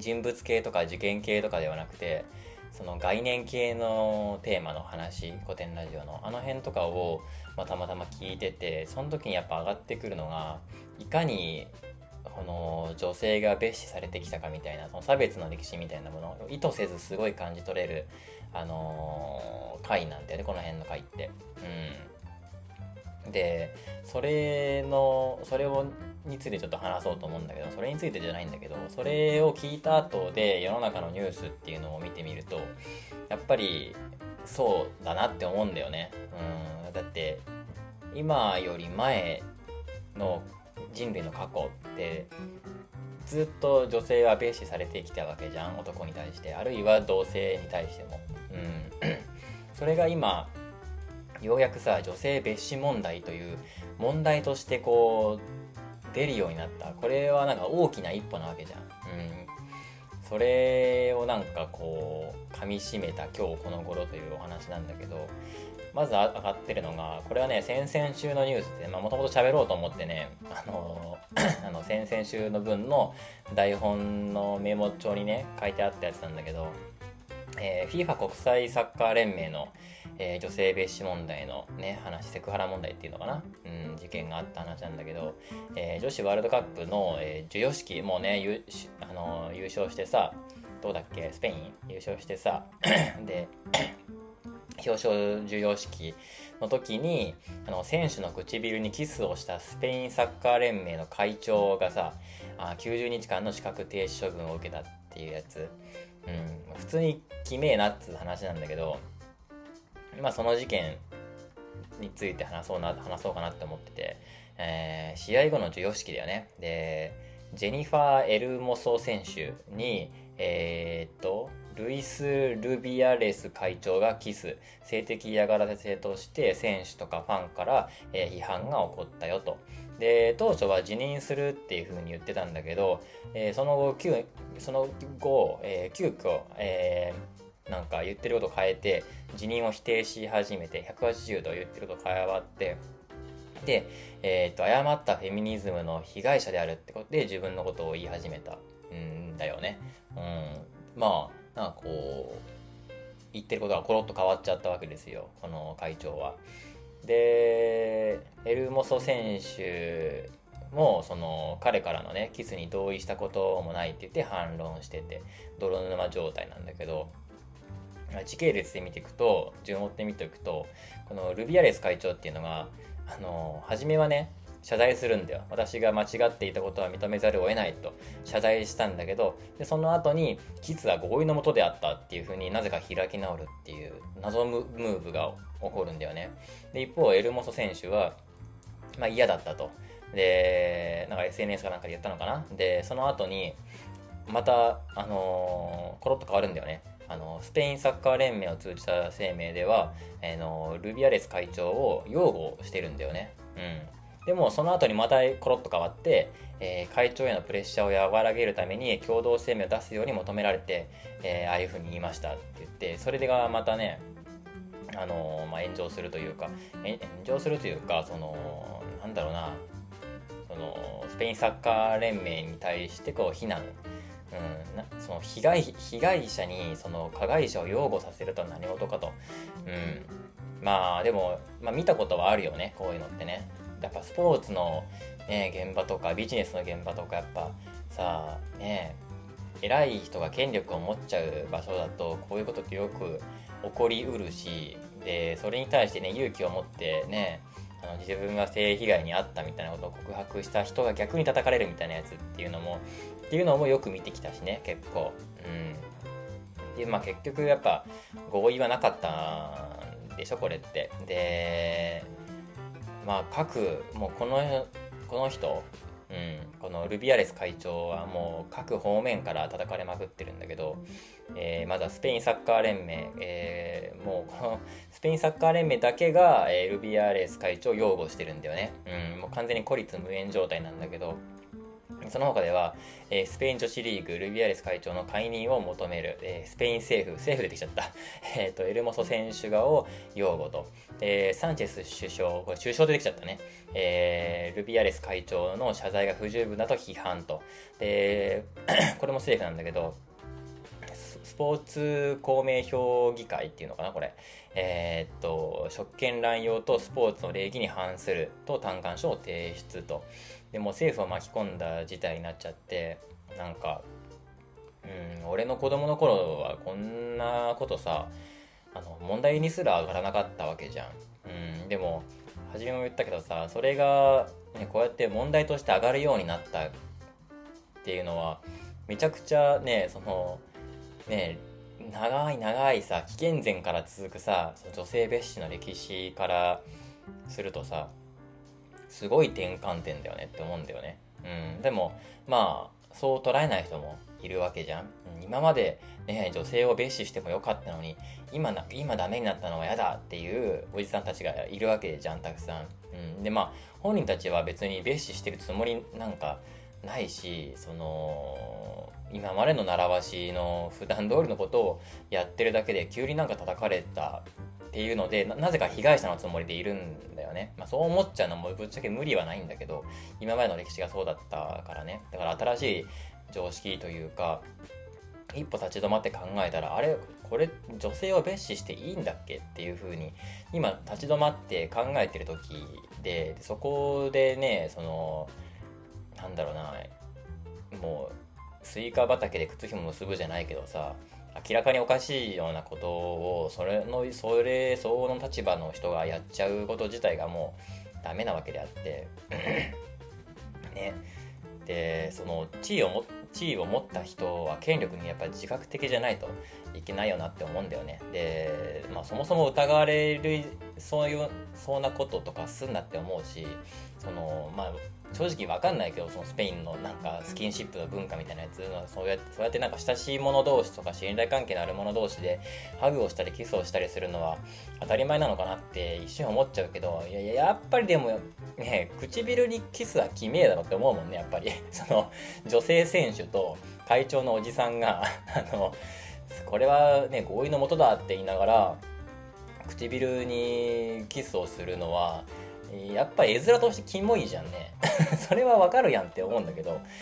人物系とか事件系とかではなくて、その概念系のテーマの話、古典ラジオのあの辺とかを、まあ、たまたま聞いてて、その時にやっぱ上がってくるのが、いかにこの女性が蔑視されてきたかみたいな、その差別の歴史みたいなものを意図せずすごい感じ取れる、あのー、回なんだよね、この辺の回って。うん。で、それの、それをについてちょっと話そうと思うんだけど、それについてじゃないんだけど、それを聞いた後で世の中のニュースっていうのを見てみると、やっぱりそうだなって思うんだよね。うん。だって今より前の人類の過去ってずっと女性は蔑視されてきたわけじゃん、男に対して、あるいは同性に対しても。うん。それが今ようやくさ、女性蔑視問題という問題としてこう出るようになった。これはなんか大きな一歩なわけじゃん。うん。 それをなんかこう噛み締めた今日この頃というお話なんだけど、まず上がってるのが、これはね先々週のニュースでもともと喋ろうと思ってね、あのあの先々週の分の台本のメモ帳にね書いてあったやつなんだけど、えー、FIFA 国際サッカー連盟の、えー、女性蔑視問題のね話、セクハラ問題っていうのかな、うん、事件があった話なんだけど、えー、女子ワールドカップの、えー、授与式もうねゆ、あのー、優勝してさ、どうだっけ、スペイン優勝してさで表彰授与式の時にあの選手の唇にキスをしたスペインサッカー連盟の会長がさ、あきゅうじゅうにちかんの資格停止処分を受けたっていうやつ、うん、普通にきめえなっつう話なんだけど、まあその事件について話そうな話そうかなって思ってて、えー、試合後の授与式だよね。でジェニファー・エルモソ選手にえー、っとルイス・ルビアレス会長がキス、性的嫌がらせとして選手とかファンから、えー、批判が起こったよと。で当初は辞任するっていう風に言ってたんだけど、えー、その後急その後、えー、急遽、えー、なんか言ってることを変えて辞任を否定し始めて、ひゃくはちじゅうど言ってること変わって、で、えー、と誤ったフェミニズムの被害者であるってことで自分のことを言い始めたんだよね。うん、まあなんかこう言ってることがコロッと変わっちゃったわけですよ、この会長は。でエルモソ選手もその彼からのねキスに同意したこともないって言って反論してて、泥沼状態なんだけど、時系列で見ていくと、順を追って見ていくと、このルビアレス会長っていうのがあの初めはね謝罪するんだよ。私が間違っていたことは認めざるを得ないと謝罪したんだけど、でその後にキスは合意のもとであったっていう風になぜか開き直るっていう謎ムーブが起こるんだよね。で一方エルモソ選手は、まあ、嫌だったと。でなんか エスエヌエス かなんかで言ったのかな。でその後にまたあのー、コロッと変わるんだよね。あのスペインサッカー連盟を通じた声明では、あのルビアレス会長を擁護してるんだよね。うん、でもその後にまたコロッと変わって、えー、会長へのプレッシャーを和らげるために共同声明を出すように求められて、えー、ああいう風に言いましたって言って、それがまたね、あのーまあ、炎上するというか炎上するというかそのなんだろうな、そのスペインサッカー連盟に対してこう非難、うん、なその被害被害者にその加害者を擁護させるとは何事かと、うん、まあでも、まあ、見たことはあるよね、こういうのってね。やっぱスポーツの、ね、現場とかビジネスの現場とかやっぱさあね、偉い人が権力を持っちゃう場所だとこういうことってよく起こりうるし、でそれに対してね勇気を持ってね、あの自分が性被害に遭ったみたいなことを告白した人が逆に叩かれるみたいなやつっていうのもっていうのもよく見てきたしね、結構。うん、でまあ結局やっぱ合意はなかったんでしょこれって。でまあ各もうこのこの人、うん、このルビアレス会長はもう各方面から叩かれまくってるんだけど、えー、まずはスペインサッカー連盟、えー、もうこのスペインサッカー連盟だけが、えー、ルビアレス会長を擁護してるんだよね。うん、もう完全に孤立無援状態なんだけど、その他では、えー、スペイン女子リーグルビアレス会長の解任を求める、えー、スペイン政府政府出てきちゃったえっとエルモソ選手側を擁護と、えー、サンチェス首相、これ首相出てきちゃったね、えー、ルビアレス会長の謝罪が不十分だと批判と。でこれも政府なんだけど、スポーツ公明評議会っていうのかなこれ、えー、っと職権乱用とスポーツの礼儀に反すると嘆願書を提出と。でも政府を巻き込んだ事態になっちゃって、なんか、うん、俺の子供の頃はこんなことさ、あの問題にすら上がらなかったわけじゃん。うん、でも初めも言ったけどさ、それが、ね、こうやって問題として上がるようになったっていうのはめちゃくちゃね、そのね長い長いさ紀元前から続くさ、その女性蔑視の歴史からするとさ、すごい転換点だよねって思うんだよね。うん、でもまあそう捉えない人もいるわけじゃん。うん、今までね女性を蔑視してもよかったのに今な今ダメになったのは嫌だっていうおじさんたちがいるわけじゃん、たくさん。うん、でまあ本人たちは別に蔑視してるつもりなんかないし、その今までの習わしの普段通りのことをやってるだけで急になんか叩かれたっていうので な, なぜか被害者のつもりでいるんだよね。まあそう思っちゃうのもぶっちゃけ無理はないんだけど、今までの歴史がそうだったからね。だから新しい常識というか、一歩立ち止まって考えたら、あれこれ女性を蔑視していいんだっけっていう風に今立ち止まって考えてる時で、そこでね、そのなんだろうな、もうスイカ畑で靴紐結ぶじゃないけどさ、明らかにおかしいようなことをそれのそれ相応の立場の人がやっちゃうこと自体がもうダメなわけであってね。で、その地位をも地位を持った人は権力にやっぱり自覚的じゃないといけないよなって思うんだよね。で、まあそもそも疑われるそういうそうなこととかすんなって思うし、そのまあ正直わかんないけど、そのスペインのなんかスキンシップの文化みたいなやつのそうやってそうやってなんか親しい者同士とか信頼関係のある者同士でハグをしたりキスをしたりするのは当たり前なのかなって一瞬思っちゃうけど、いやいややっぱりでもね、唇にキスはきめえだろって思うもんね、やっぱりその女性選手と会長のおじさんがあのこれはね合意のもとだって言いながら唇にキスをするのはやっぱり絵面としてキモいじゃんねそれはわかるやんって思うんだけど、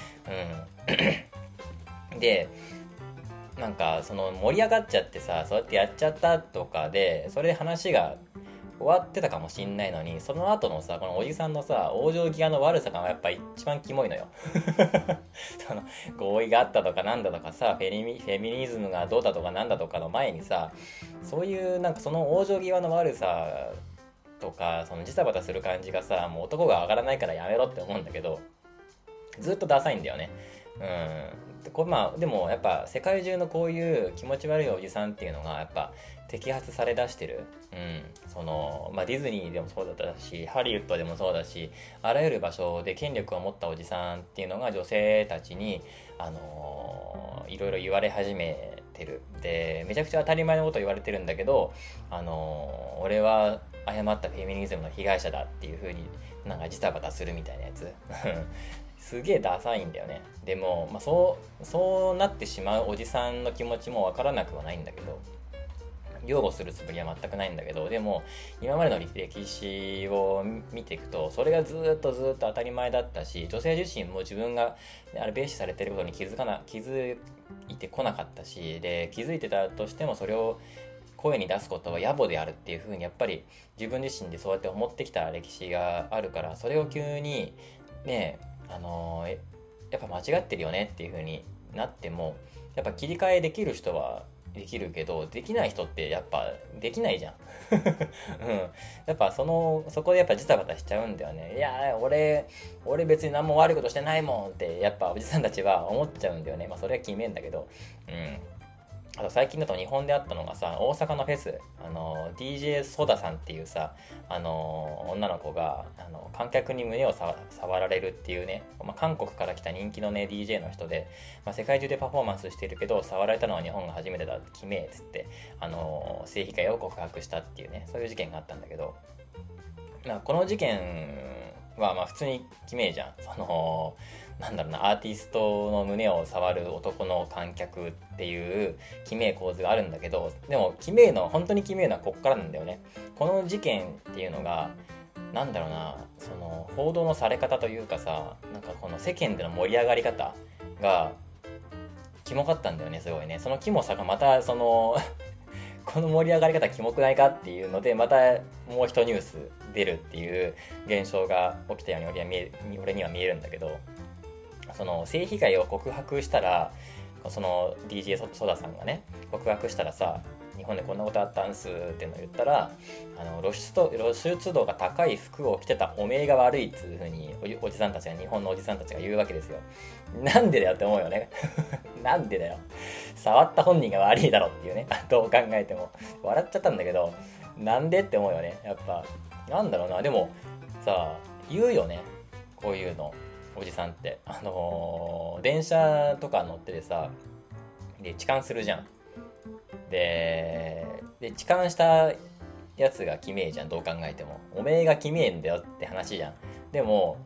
うんで、なんかその盛り上がっちゃってさ、そうやってやっちゃったとかでそれで話が終わってたかもしんないのに、その後のさ、このおじさんのさ往生際の悪さがやっぱ一番キモいのよその合意があったとかなんだとかさ、フェミ、フェミニズムがどうだとかなんだとかの前にさ、そういうなんかその往生際の悪さとか、そのジタバタする感じがさ、もう男が上がらないからやめろって思うんだけど、ずっとダサいんだよね。うんでこれまあでもやっぱ世界中のこういう気持ち悪いおじさんっていうのがやっぱ摘発されだしてる。うんそのまあディズニーでもそうだったし、ハリウッドでもそうだし、あらゆる場所で権力を持ったおじさんっていうのが女性たちにあのー、いろいろ言われ始めてる。でめちゃくちゃ当たり前のこと言われてるんだけど、あのー、俺は誤ったフェミニズムの被害者だっていう風になんかジタバタするみたいなやつすげえダサいんだよね。でも、まあ、そうそうなってしまうおじさんの気持ちもわからなくはないんだけど、擁護するつもりは全くないんだけど、でも今までの歴史を見ていくとそれがずっとずっと当たり前だったし、女性自身も自分があれ蔑視されてることに気づかな気づいてこなかったし、で気づいてたとしてもそれを声に出すことは野暮であるっていう風にやっぱり自分自身でそうやって思ってきた歴史があるから、それを急にねあのー、やっぱ間違ってるよねっていう風になっても、やっぱ切り替えできる人はできるけど、できない人ってやっぱできないじゃん、うん、やっぱそのそこでやっぱジタバタしちゃうんだよね。いや俺俺別に何も悪いことしてないもんってやっぱおじさんたちは思っちゃうんだよね。まあそれは決めんだけど、うんあと最近だと日本であったのがさ、大阪のフェス、あの ディージェー ソダさんっていうさ、あの女の子があの観客に胸を触られるっていうね、まあ、韓国から来た人気のね ディージェー の人で、まあ、世界中でパフォーマンスしてるけど触られたのは日本が初めてだって決めっつって、あの性被害を告白したっていうね、そういう事件があったんだけど、まあ、この事件はまあ普通に決めじゃん。そのなんだろうな、アーティストの胸を触る男の観客っていう奇名構図があるんだけど、でも奇名の本当に奇名なのはこっからなんだよね。この事件っていうのがなんだろうな、その報道のされ方というかさ、なんかこの世間での盛り上がり方がキモかったんだよね、すごいね。そのキモさがまたそのこの盛り上がり方キモくないかっていうので、またもう一ニュース出るっていう現象が起きたように俺は見え、俺には見えるんだけど、その性被害を告白したら、その ディージェー ソダさんがね告白したらさ、日本でこんなことあったんすっていうのを言ったら、あの露出と露出度が高い服を着てたおめえが悪いっつう風に お, おじさんたちが日本のおじさんたちが言うわけですよ。なんでだよって思うよねなんでだよ、触った本人が悪いだろっていうねどう考えても笑っちゃったんだけど、なんでって思うよね。やっぱなんだろうな、でもさ言うよね、こういうのおじさんって。あのー、電車とか乗っててさ、で痴漢するじゃん。でで痴漢したやつがキメえじゃん、どう考えても。おめえがキメえんだよって話じゃん。でも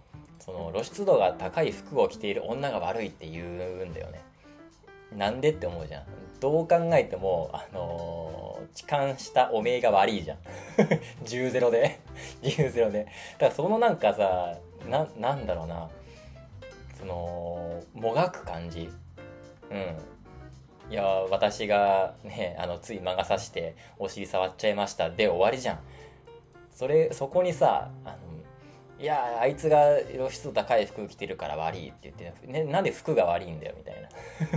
その露出度が高い服を着ている女が悪いって言うんだよね。なんでって思うじゃん。どう考えてもあのー、痴漢したおめえが悪いじゃんじゅうゼロでじゅうゼロで、だからそのなんかさ、な、なんだろうな、そのもがく感じ、うん、いや私がね、あのつい魔が差してお尻触っちゃいましたで終わりじゃん。それそこにさ、あのいやあいつが露出度高い服着てるから悪いって言って、ね、なんで服が悪いんだよみたいな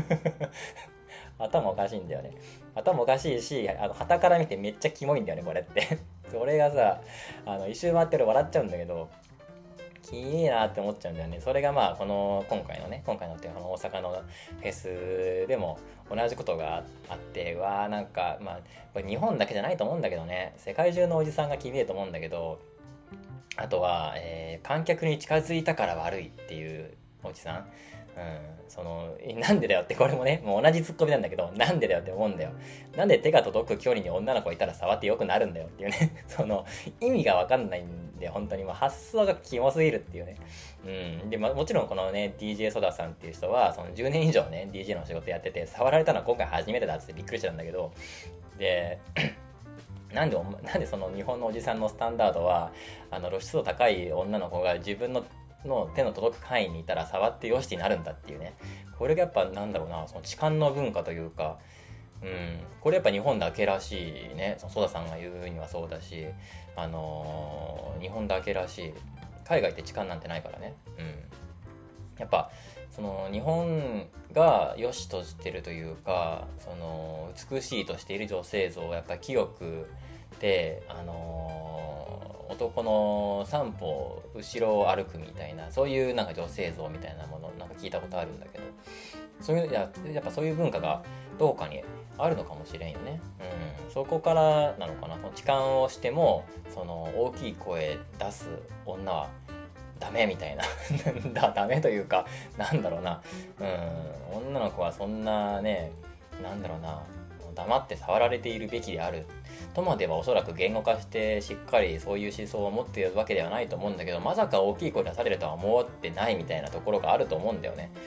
頭おかしいんだよね。頭おかしいし、あの旗から見てめっちゃキモいんだよねこれってそれがさ、あの一周回ってる笑っちゃうんだけど、きいいなって思っちゃうんだよね。それがまあこの今回のね今回のっていうこの大阪のフェスでも同じことがあって、わーなんかまあこれ日本だけじゃないと思うんだけどね、世界中のおじさんがきれいと思うんだけど、あとは、えー観客に近づいたから悪いっていうおじさん、うん、そのなんでだよって、これもねもう同じツッコミなんだけど、なんでだよって思うんだよ。なんで手が届く距離に女の子いたら触ってよくなるんだよっていうねその意味が分かんないんで、本当にもう発想がキモすぎるっていうね。うんで、ま、もちろんこのね ディージェー ソダさんっていう人はそのじゅうねん以上ね ディージェー の仕事やってて、触られたのは今回初めてだっつってびっくりしたんだけど、でなんで、なんでその日本のおじさんのスタンダードは、あの露出度高い女の子が自分のの手の届く範囲にいたら触ってよしになるんだっていうね。これがやっぱなんだろうな、その痴漢の文化というか、うん、これやっぱ日本だけらしいね。そのソダさんが言うにはそうだし、あのー日本だけらしい。海外って痴漢なんてないからね。うん。やっぱその日本が良しとしてるというか、その美しいとしている女性像をやっぱ清くで、あのー男の三歩後ろを歩くみたいな、そういうなんか女性像みたいなものなんか聞いたことあるんだけど、そういうややっぱそういう文化がどうかにあるのかもしれんよね。うん、そこからなのかな。その痴漢をしてもその大きい声出す女はダメみたいなだダメというか、なんだろうな、うん、女の子はそんなね、なんだろうな、黙って触られているべきであるとまではおそらく言語化してしっかりそういう思想を持っているわけではないと思うんだけど、まさか大きい声出されるとは思ってないみたいなところがあると思うんだよね。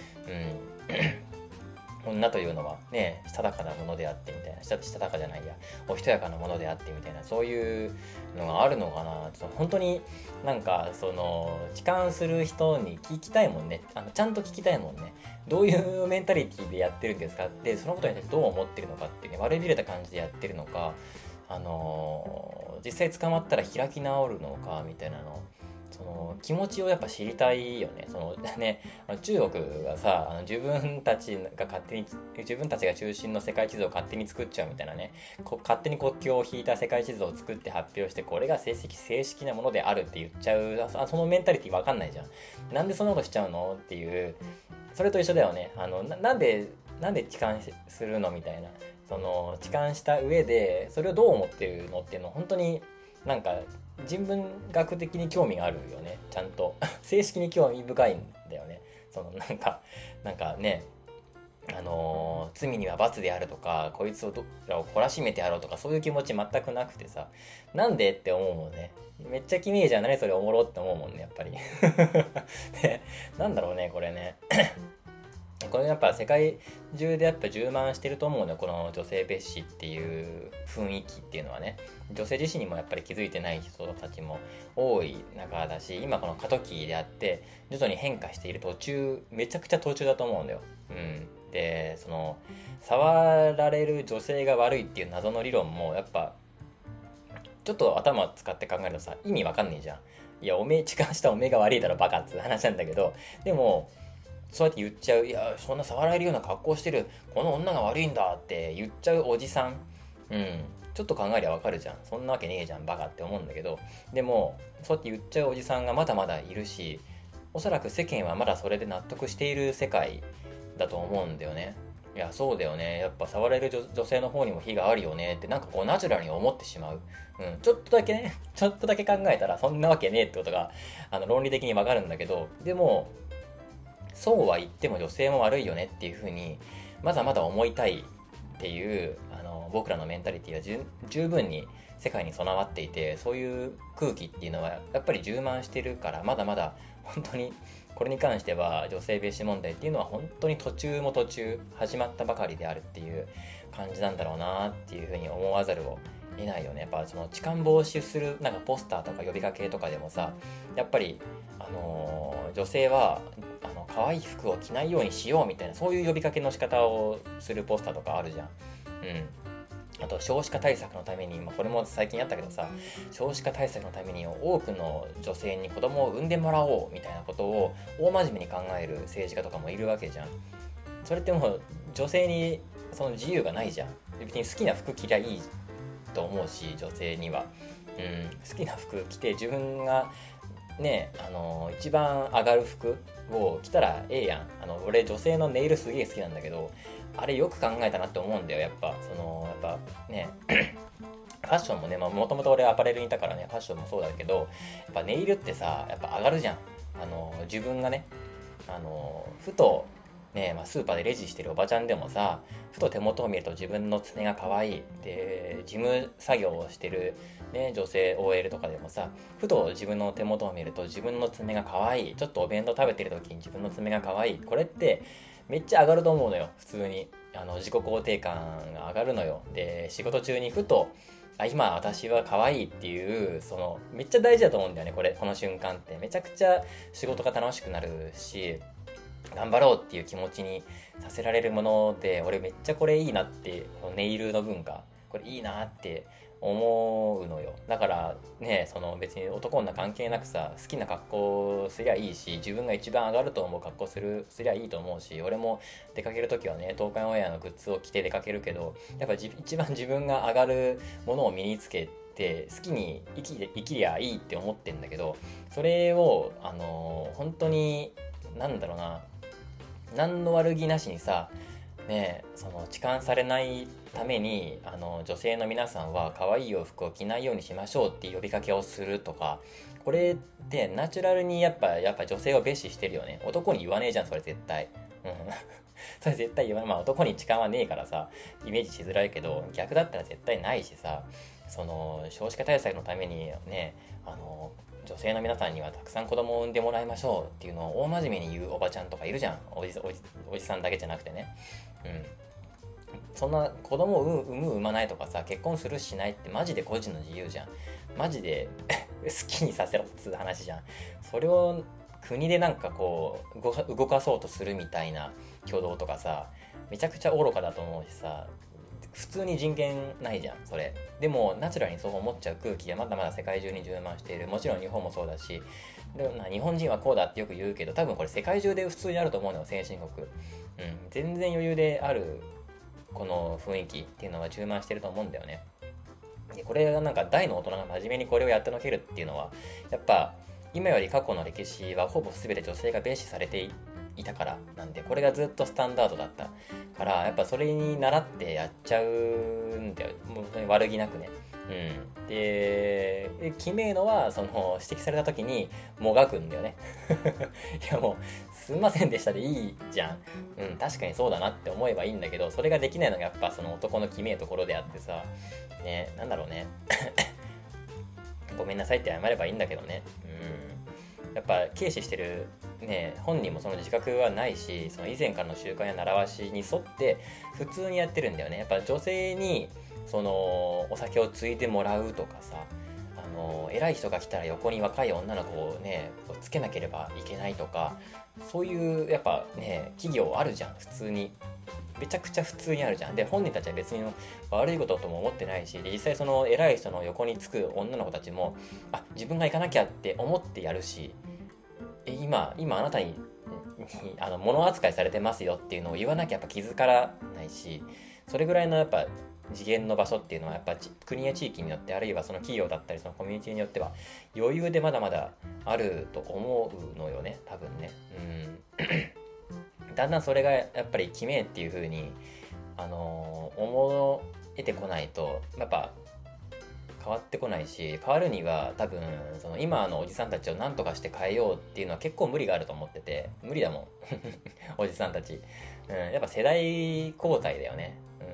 うん女というのはね、したたかなものであってみたいな、したしたたかじゃないや、おしとやかなものであってみたいな、そういうのがあるのかな。ちょっと本当になんかその痴漢する人に聞きたいもんね。あのちゃんと聞きたいもんね。どういうメンタリティでやってるんですかって、そのことに対してどう思ってるのかっていうね、悪びれた感じでやってるのか、あのー実際捕まったら開き直るのかみたいなの、その気持ちをやっぱ知りたいよね。そのね、中国がさ、あの自分たちが勝手に自分たちが中心の世界地図を勝手に作っちゃうみたいなね、こ勝手に国境を引いた世界地図を作って発表して、これが正式正式なものであるって言っちゃう、あそのメンタリティわかんないじゃん。なんでそんなことしちゃうのっていう、それと一緒だよね。あの な, なんでなんで痴漢するのみたいな、その痴漢した上でそれをどう思ってるのっていうの、本当になんか人文学的に興味があるよね。ちゃんと正式に興味深いんだよね。そのなんかなんかね、あのー罪には罰であるとか、こいつをどらを懲らしめてやろうとか、そういう気持ち全くなくてさ、なんでって思うもんね。めっちゃ綺麗じゃん、何それおもろって思うもんね、やっぱりで、なんだろうねこれねこれやっぱ世界中でやっぱ充満してると思うのよ、この女性蔑視っていう雰囲気っていうのはね。女性自身にもやっぱり気づいてない人たちも多い中だし、今この過渡期であって徐々に変化している途中、めちゃくちゃ途中だと思うんだよ。うんで、その触られる女性が悪いっていう謎の理論もやっぱちょっと頭使って考えるとさ、意味わかんねえじゃん。いや、おめえ痴漢したおめえが悪いだろバカっつう話なんだけど、でもそうやって言っちゃう、いやそんな触られるような格好してるこの女が悪いんだって言っちゃうおじさん、うんちょっと考えりゃわかるじゃん、そんなわけねえじゃんバカって思うんだけど、でもそうやって言っちゃうおじさんがまだまだいるし、おそらく世間はまだそれで納得している世界だと思うんだよね。いやそうだよね、やっぱ触れる 女, 女性の方にも非があるよねってなんかこうナチュラルに思ってしまう、うん、ちょっとだけねちょっとだけ考えたらそんなわけねえってことがあの論理的にわかるんだけど、でもそうは言っても女性も悪いよねっていう風にまだまだ思いたいっていうあの僕らのメンタリティは十分に世界に備わっていて、そういう空気っていうのはやっぱり充満してるから、まだまだ本当にこれに関しては女性蔑視問題っていうのは本当に途中も途中始まったばかりであるっていう感じなんだろうなっていうふうに思わざるを得ないよね。やっぱその痴漢防止するなんかポスターとか呼びかけとかでもさ、やっぱりあのー女性はあの可愛い服を着ないようにしようみたいな、そういう呼びかけの仕方をするポスターとかあるじゃん。うん。あと少子化対策のために、まあ、これも最近あったけどさ、少子化対策のために多くの女性に子供を産んでもらおうみたいなことを大真面目に考える政治家とかもいるわけじゃん。それってもう女性にその自由がないじゃん。別に好きな服着りゃいいと思うし、女性には、うん、好きな服着て自分がね、あの一番上がる服を着たらええやん。あの俺女性のネイルすげえ好きなんだけど、あれよく考えたなって思うんだよ。やっぱそのやっぱねファッションもね、まあ、もともと俺アパレルにいたからね、ファッションもそうだけど、やっぱネイルってさ、やっぱ上がるじゃん。あの自分がね、あのふとね、まあ、スーパーでレジしてるおばちゃんでもさ、ふと手元を見ると自分の爪が可愛いで、事務作業をしてる、ね、女性 オーエル とかでもさ、ふと自分の手元を見ると自分の爪が可愛い、ちょっとお弁当食べてる時に自分の爪が可愛い、これってめっちゃ上がると思うのよ。普通にあの自己肯定感が上がるのよ。で、仕事中にふとあ、今私は可愛いっていう、そのめっちゃ大事だと思うんだよね。これこの瞬間ってめちゃくちゃ仕事が楽しくなるし、頑張ろうっていう気持ちにさせられるもので、俺めっちゃこれいいなって、このネイルの文化、これいいなって思うのよ。だからね、その別に男女関係なくさ、好きな格好すりゃいいし、自分が一番上がると思う格好するすりゃいいと思うし、俺も出かけるときはね、東海オンエアのグッズを着て出かけるけど、やっぱじ一番自分が上がるものを身につけて好きに生き生きりゃいいって思ってんだけど、それをあのー本当になんだろうな、何の悪気なしにさ、ね、その痴漢されないためにあの女性の皆さんは可愛い洋服を着ないようにしましょうっていう呼びかけをするとか、これってナチュラルにやっぱやっぱ女性を蔑視してるよね。男に言わねえじゃんそれ絶対。うんそれ絶対言わない。まあ男に痴漢はねえからさイメージしづらいけど、逆だったら絶対ないしさ、その少子化対策のためにね、あの女性の皆さんにはたくさん子供を産んでもらいましょうっていうのを大真面目に言うおばちゃんとかいるじゃん。おじおじおじさんだけじゃなくてね。うん。そんな子供を産む産まないとかさ、結婚するしないってマジで個人の自由じゃん。マジで好きにさせろっつう話じゃん。それを国でなんかこう動か動かそうとするみたいな挙動とかさ、めちゃくちゃ愚かだと思うしさ、普通に人権ないじゃんそれ。でもナチュラルにそう思っちゃう空気がまだまだ世界中に充満している。もちろん日本もそうだし、でもな日本人はこうだってよく言うけど、多分これ世界中で普通にあると思うのよ、先進国。うん、全然余裕であるこの雰囲気っていうのは充満してると思うんだよね。でこれがなんか大の大人が真面目にこれをやってのけるっていうのは、やっぱ今より過去の歴史はほぼ全て女性が蔑視されていたからなんで、これがずっとスタンダードだったから、やっぱそれに習ってやっちゃうんだよ。もう悪気なくね。うん、で決めるのはその指摘された時にもがくんだよねいやもうすんませんでしたでいいじゃん。うん、確かにそうだなって思えばいいんだけど、それができないのがやっぱその男の決めるところであってさ、ね、なんだろうねごめんなさいって謝ればいいんだけどね。うん、やっぱ軽視してるね、本人もその自覚はないし、その以前からの習慣や習わしに沿って普通にやってるんだよね。やっぱ女性にそのお酒を継いでもらうとかさ、あの偉い人が来たら横に若い女の子をねつけなければいけないとか、そういうやっぱね企業あるじゃん。普通にめちゃくちゃ普通にあるじゃん。で本人たちは別に悪いこととも思ってないし、で実際その偉い人の横につく女の子たちもあ自分が行かなきゃって思ってやるし、え今今あなたにあの物扱いされてますよっていうのを言わなきゃやっぱ気づからないし、それぐらいのやっぱ次元の場所っていうのはやっぱ国や地域によって、あるいはその企業だったりそのコミュニティによっては余裕でまだまだあると思うのよね、多分ね。うんだんだんそれがやっぱり決めっていう風にあのー、思えてこないとやっぱ変わってこないし、変わるには多分その今のおじさんたちを何とかして変えようっていうのは結構無理があると思ってて、無理だもんおじさんたち、うん、やっぱ世代交代だよね。うん、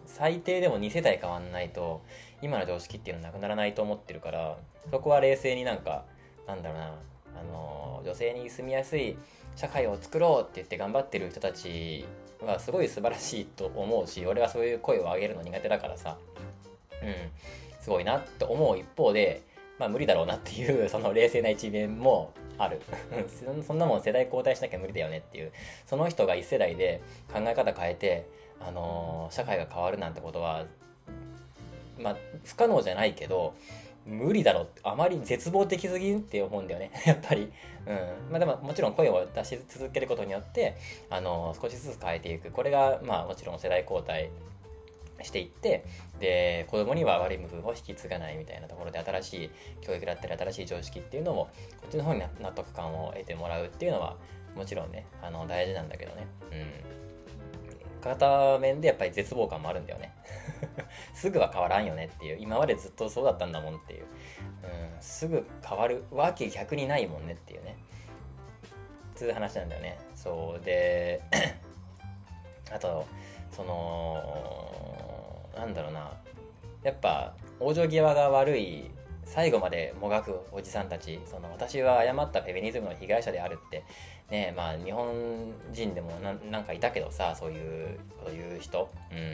最低でもに世代変わんないと今の常識っていうのはなくならないと思ってるから、そこは冷静になんかなんだろうな、あの女性に住みやすい社会を作ろうって言って頑張ってる人たちはすごい素晴らしいと思うし、俺はそういう声を上げるの苦手だからさ、うんすごいなって思う一方で、まあ無理だろうなっていうその冷静な一面もあるそんなもん世代交代しなきゃ無理だよねっていう、その人が一世代で考え方変えて、あのー、社会が変わるなんてことはまあ不可能じゃないけど無理だろうって、あまり絶望的すぎんって思うんだよねやっぱり。うんまあでももちろん声を出し続けることによって、あのー、少しずつ変えていく、これがまあもちろん世代交代していって、で子供には悪い部分を引き継がないみたいなところで、新しい教育だったり新しい常識っていうのもこっちの方に納得感を得てもらうっていうのはもちろんね、あの大事なんだけどね、うん片面でやっぱり絶望感もあるんだよねすぐは変わらんよねっていう、今までずっとそうだったんだもんっていう、うん、すぐ変わるわけ逆にないもんねっていうね、そういう話なんだよね。そうであとそのなんだろうな、やっぱ往生際が悪い、最後までもがくおじさんたち、その私は誤ったフェミニズムの被害者であるってね、まあ日本人でも な, なんかいたけどさ、そういうこと言う人、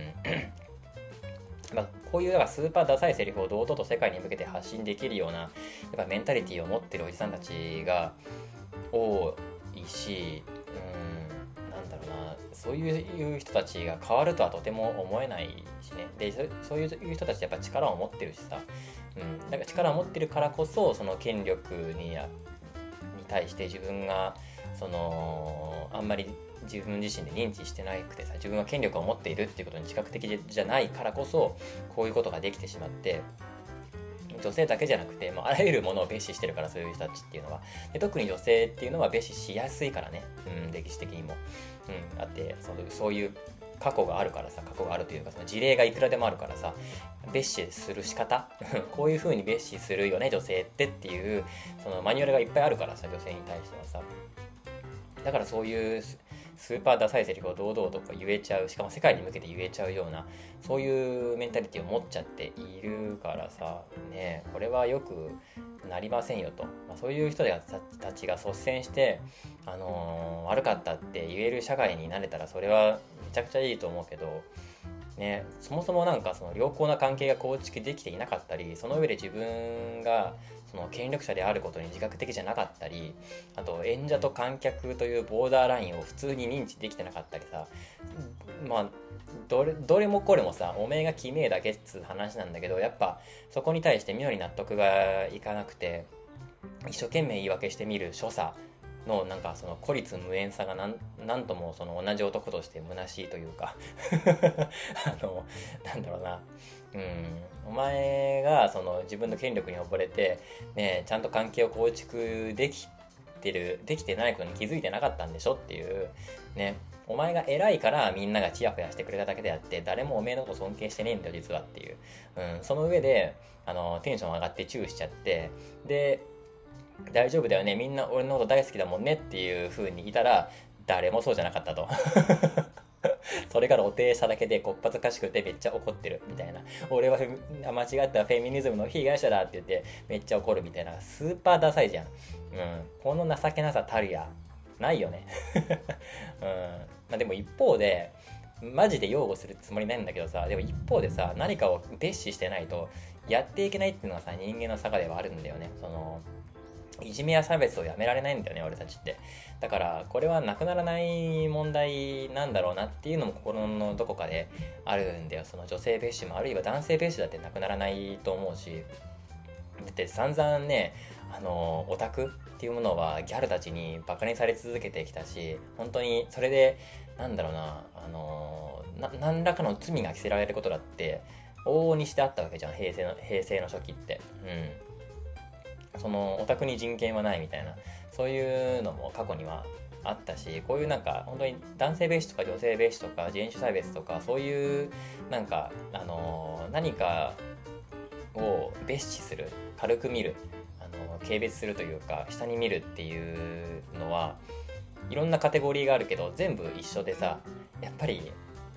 うんまあこういうだからスーパーダサいセリフを堂々と世界に向けて発信できるようなやっぱメンタリティーを持ってるおじさんたちが多いし、うんなんだろうな、そういう人たちが変わるとはとても思えないしね。で そ, そういう人たちやっぱ力を持ってるしさ、うん、だから力を持ってるからこそ、その権力にに対して自分がそのあんまり自分自身で認知してなくてさ、自分は権力を持っているっていうことに自覚的じゃないからこそこういうことができてしまって、女性だけじゃなくて、まあ、あらゆるものを蔑視してるから、そういう人たちっていうのは。で特に女性っていうのは蔑視しやすいからね、うん、歴史的にも、うん、あってそのそういう過去があるからさ、過去があるというかその事例がいくらでもあるからさ、蔑視する仕方こういう風に蔑視するよね女性ってっていうそのマニュアルがいっぱいあるからさ、女性に対してはさ、だからそういうスーパーダサいセリフを堂々と言えちゃう、しかも世界に向けて言えちゃうような、そういうメンタリティを持っちゃっているからさね、これはよくなりませんよと、まあ、そういう人たちが率先して、あのー、悪かったって言える社会になれたらそれはめちゃくちゃいいと思うけどね、そもそもなんかその良好な関係が構築できていなかったり、その上で自分がその権力者であることに自覚的じゃなかったり、あと演者と観客というボーダーラインを普通に認知できてなかったりさ、まあどれ、どれもこれもさおめえが決めえだけっつう話なんだけど、やっぱそこに対して妙に納得がいかなくて、一生懸命言い訳してみる所作のなんかその孤立無縁さがなんなんともその同じ男として虚しいというかあのなんだろうな、うんお前がその自分の権力に溺れてね、ちゃんと関係を構築できてるできてないことに気づいてなかったんでしょっていうね、お前が偉いからみんながチヤホヤしてくれただけであって、誰もおめえのこと尊敬してねえんだよ実はっていう、うん、その上であのテンション上がってチューしちゃって、で大丈夫だよねみんな俺のこと大好きだもんねっていう風にいたら、誰もそうじゃなかったとそれから露呈しただけでこっぱずかしくてめっちゃ怒ってるみたいな、俺は間違ったフェミニズムの被害者だって言ってめっちゃ怒るみたいな、スーパーダサいじゃん、うん、この情けなさたるやないよね、うんまあ、でも一方でマジで擁護するつもりないんだけどさ、でも一方でさ何かを蔑視してないとやっていけないっていうのがさ人間の坂ではあるんだよね。そのいじめや差別をやめられないんだよね俺たちって。だからこれはなくならない問題なんだろうなっていうのも心のどこかであるんだよ。その女性蔑視もあるいは男性蔑視だってなくならないと思うし、だって散々ねあのオタクっていうものはギャルたちにバカにされ続けてきたし、本当にそれでなんだろうな、あのな何らかの罪が着せられることだって往々にしてあったわけじゃん、平成の平成の初期って。うんそのオタクに人権はないみたいな、そういうのも過去にはあったし、こういうなんか本当に男性蔑視とか女性蔑視とか人種差別とかそういうなんかあの何かを蔑視する、軽く見る、あの軽蔑するというか下に見るっていうのはいろんなカテゴリーがあるけど全部一緒でさ、やっぱり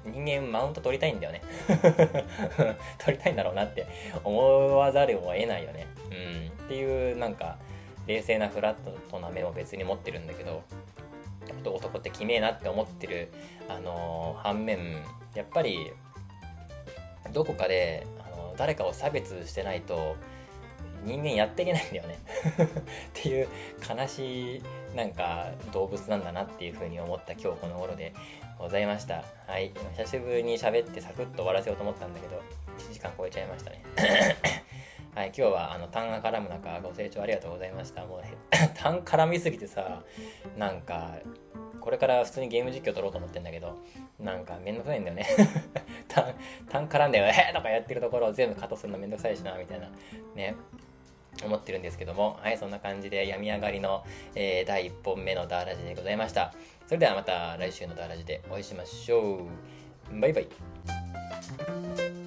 人間マウント取りたいんだよね取りたいんだろうなって思わざるを得ないよね。うんっていうなんか冷静なフラットな目も別に持ってるんだけど、男ってきめえなって思ってる、あのー、反面やっぱりどこかで、あのー、誰かを差別してないと人間やっていけないんだよねっていう悲しいなんか動物なんだなっていう風に思った今日この頃でございました。はい、久しぶりに喋ってサクッと終わらせようと思ったんだけどいちじかん超えちゃいましたねはい、今日はあの単が絡む中ご清聴ありがとうございました。もうね単絡みすぎてさ、なんかこれから普通にゲーム実況撮ろうと思ってんだけど、なんかめんどくさいんだよね単単絡んでよえーとかやってるところを全部カットするのめんどくさいしなみたいなね思ってるんですけども、はい、そんな感じで病み上がりの、えー、だいいっぽんめのダーラジでございました。それではまた来週のダーラジでお会いしましょう。バイバイ。